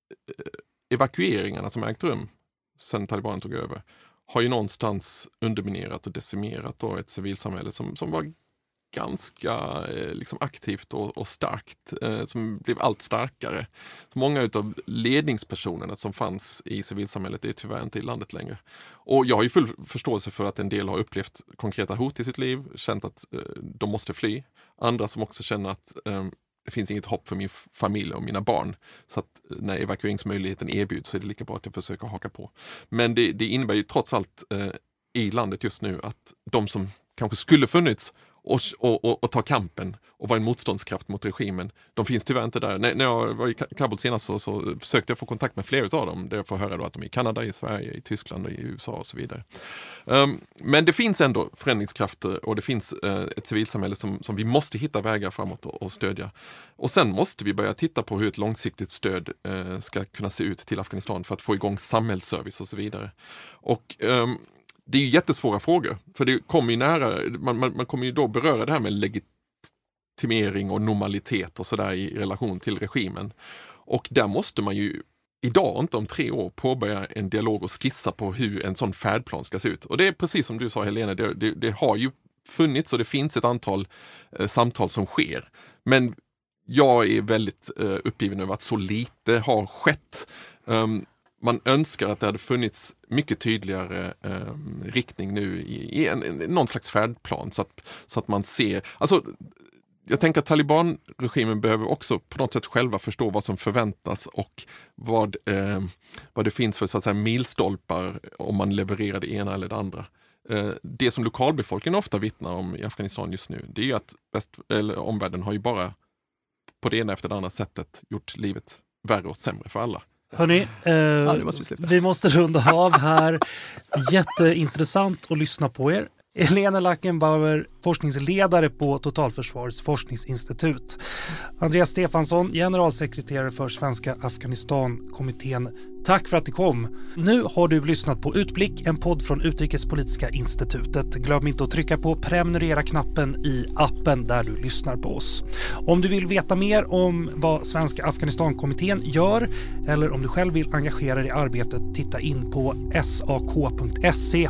evakueringarna som ägt rum sedan talibanerna tog över har ju någonstans underminerat och decimerat då ett civilsamhälle som, som var ganska eh, liksom aktivt och, och starkt, eh, som blev allt starkare. Så många av ledningspersonerna som fanns i civilsamhället är tyvärr inte i landet längre. Och jag har ju full förståelse för att en del har upplevt konkreta hot i sitt liv, känt att eh, de måste fly. Andra som också känner att eh, det finns inget hopp för min familj och mina barn. Så att när evakueringsmöjligheten erbjuds så är det lika bra att jag försöker haka på. Men det, det innebär ju trots allt eh, i landet just nu att de som kanske skulle funnits Och, och, och ta kampen och vara en motståndskraft mot regimen. De finns tyvärr inte där. När, när jag var i Kabul senast så, så försökte jag få kontakt med flera av dem. Där jag får höra då att de är i Kanada, i Sverige, i Tyskland och i U S A och så vidare. Um, men det finns ändå förändringskrafter och det finns uh, ett civilsamhälle som, som vi måste hitta vägar framåt och, och stödja. Och sen måste vi börja titta på hur ett långsiktigt stöd uh, ska kunna se ut till Afghanistan för att få igång samhällsservice och så vidare. Och um, det är ju jättesvåra frågor, för det kommer ju nära, man, man, man kommer ju då beröra det här med legitimering och normalitet och sådär i relation till regimen. Och där måste man ju idag, inte om tre år, påbörja en dialog och skissa på hur en sån färdplan ska se ut. Och det är precis som du sa, Helene, det, det, det har ju funnits och det finns ett antal eh, samtal som sker. Men jag är väldigt eh, uppgiven över att så lite har skett. Um, Man önskar att det hade funnits mycket tydligare eh, riktning nu i, i en, en, någon slags färdplan så att, så att man ser, alltså jag tänker att talibanregimen behöver också på något sätt själva förstå vad som förväntas och vad, eh, vad det finns för så att säga milstolpar om man levererar det ena eller det andra. Eh, det som lokalbefolkningen ofta vittnar om i Afghanistan just nu, det är ju att väst, eller omvärlden har ju bara på det ena efter det andra sättet gjort livet värre och sämre för alla. Hörrni, eh, ja, måste vi, vi måste runda av här. Jätteintressant att lyssna på er. Helene Lackenbauer, forskningsledare på Totalförsvarets forskningsinstitut. Andreas Stefansson, generalsekreterare för Svenska Afghanistan-kommittén. Tack för att ni kom. Nu har du lyssnat på Utblick, en podd från Utrikespolitiska institutet. Glöm inte att trycka på prenumerera-knappen i appen där du lyssnar på oss. Om du vill veta mer om vad Svenska Afghanistan-kommittén gör eller om du själv vill engagera dig i arbetet, titta in på s a k punkt se.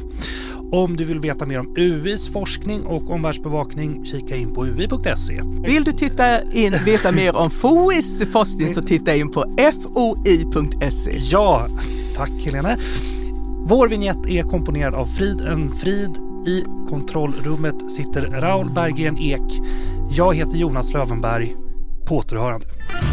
Om du vill veta mer om U I:s forskning och omvärldsbevakning, kika in på u i punkt se. Vill du titta in, veta mer om F O I:s forskning så titta in på f o i punkt se. Ja, tack Helene. Vår vignett är komponerad av Frid en Frid. I kontrollrummet sitter Raoul Berggren Ek. Jag heter Jonas Lövenberg. På återhörande.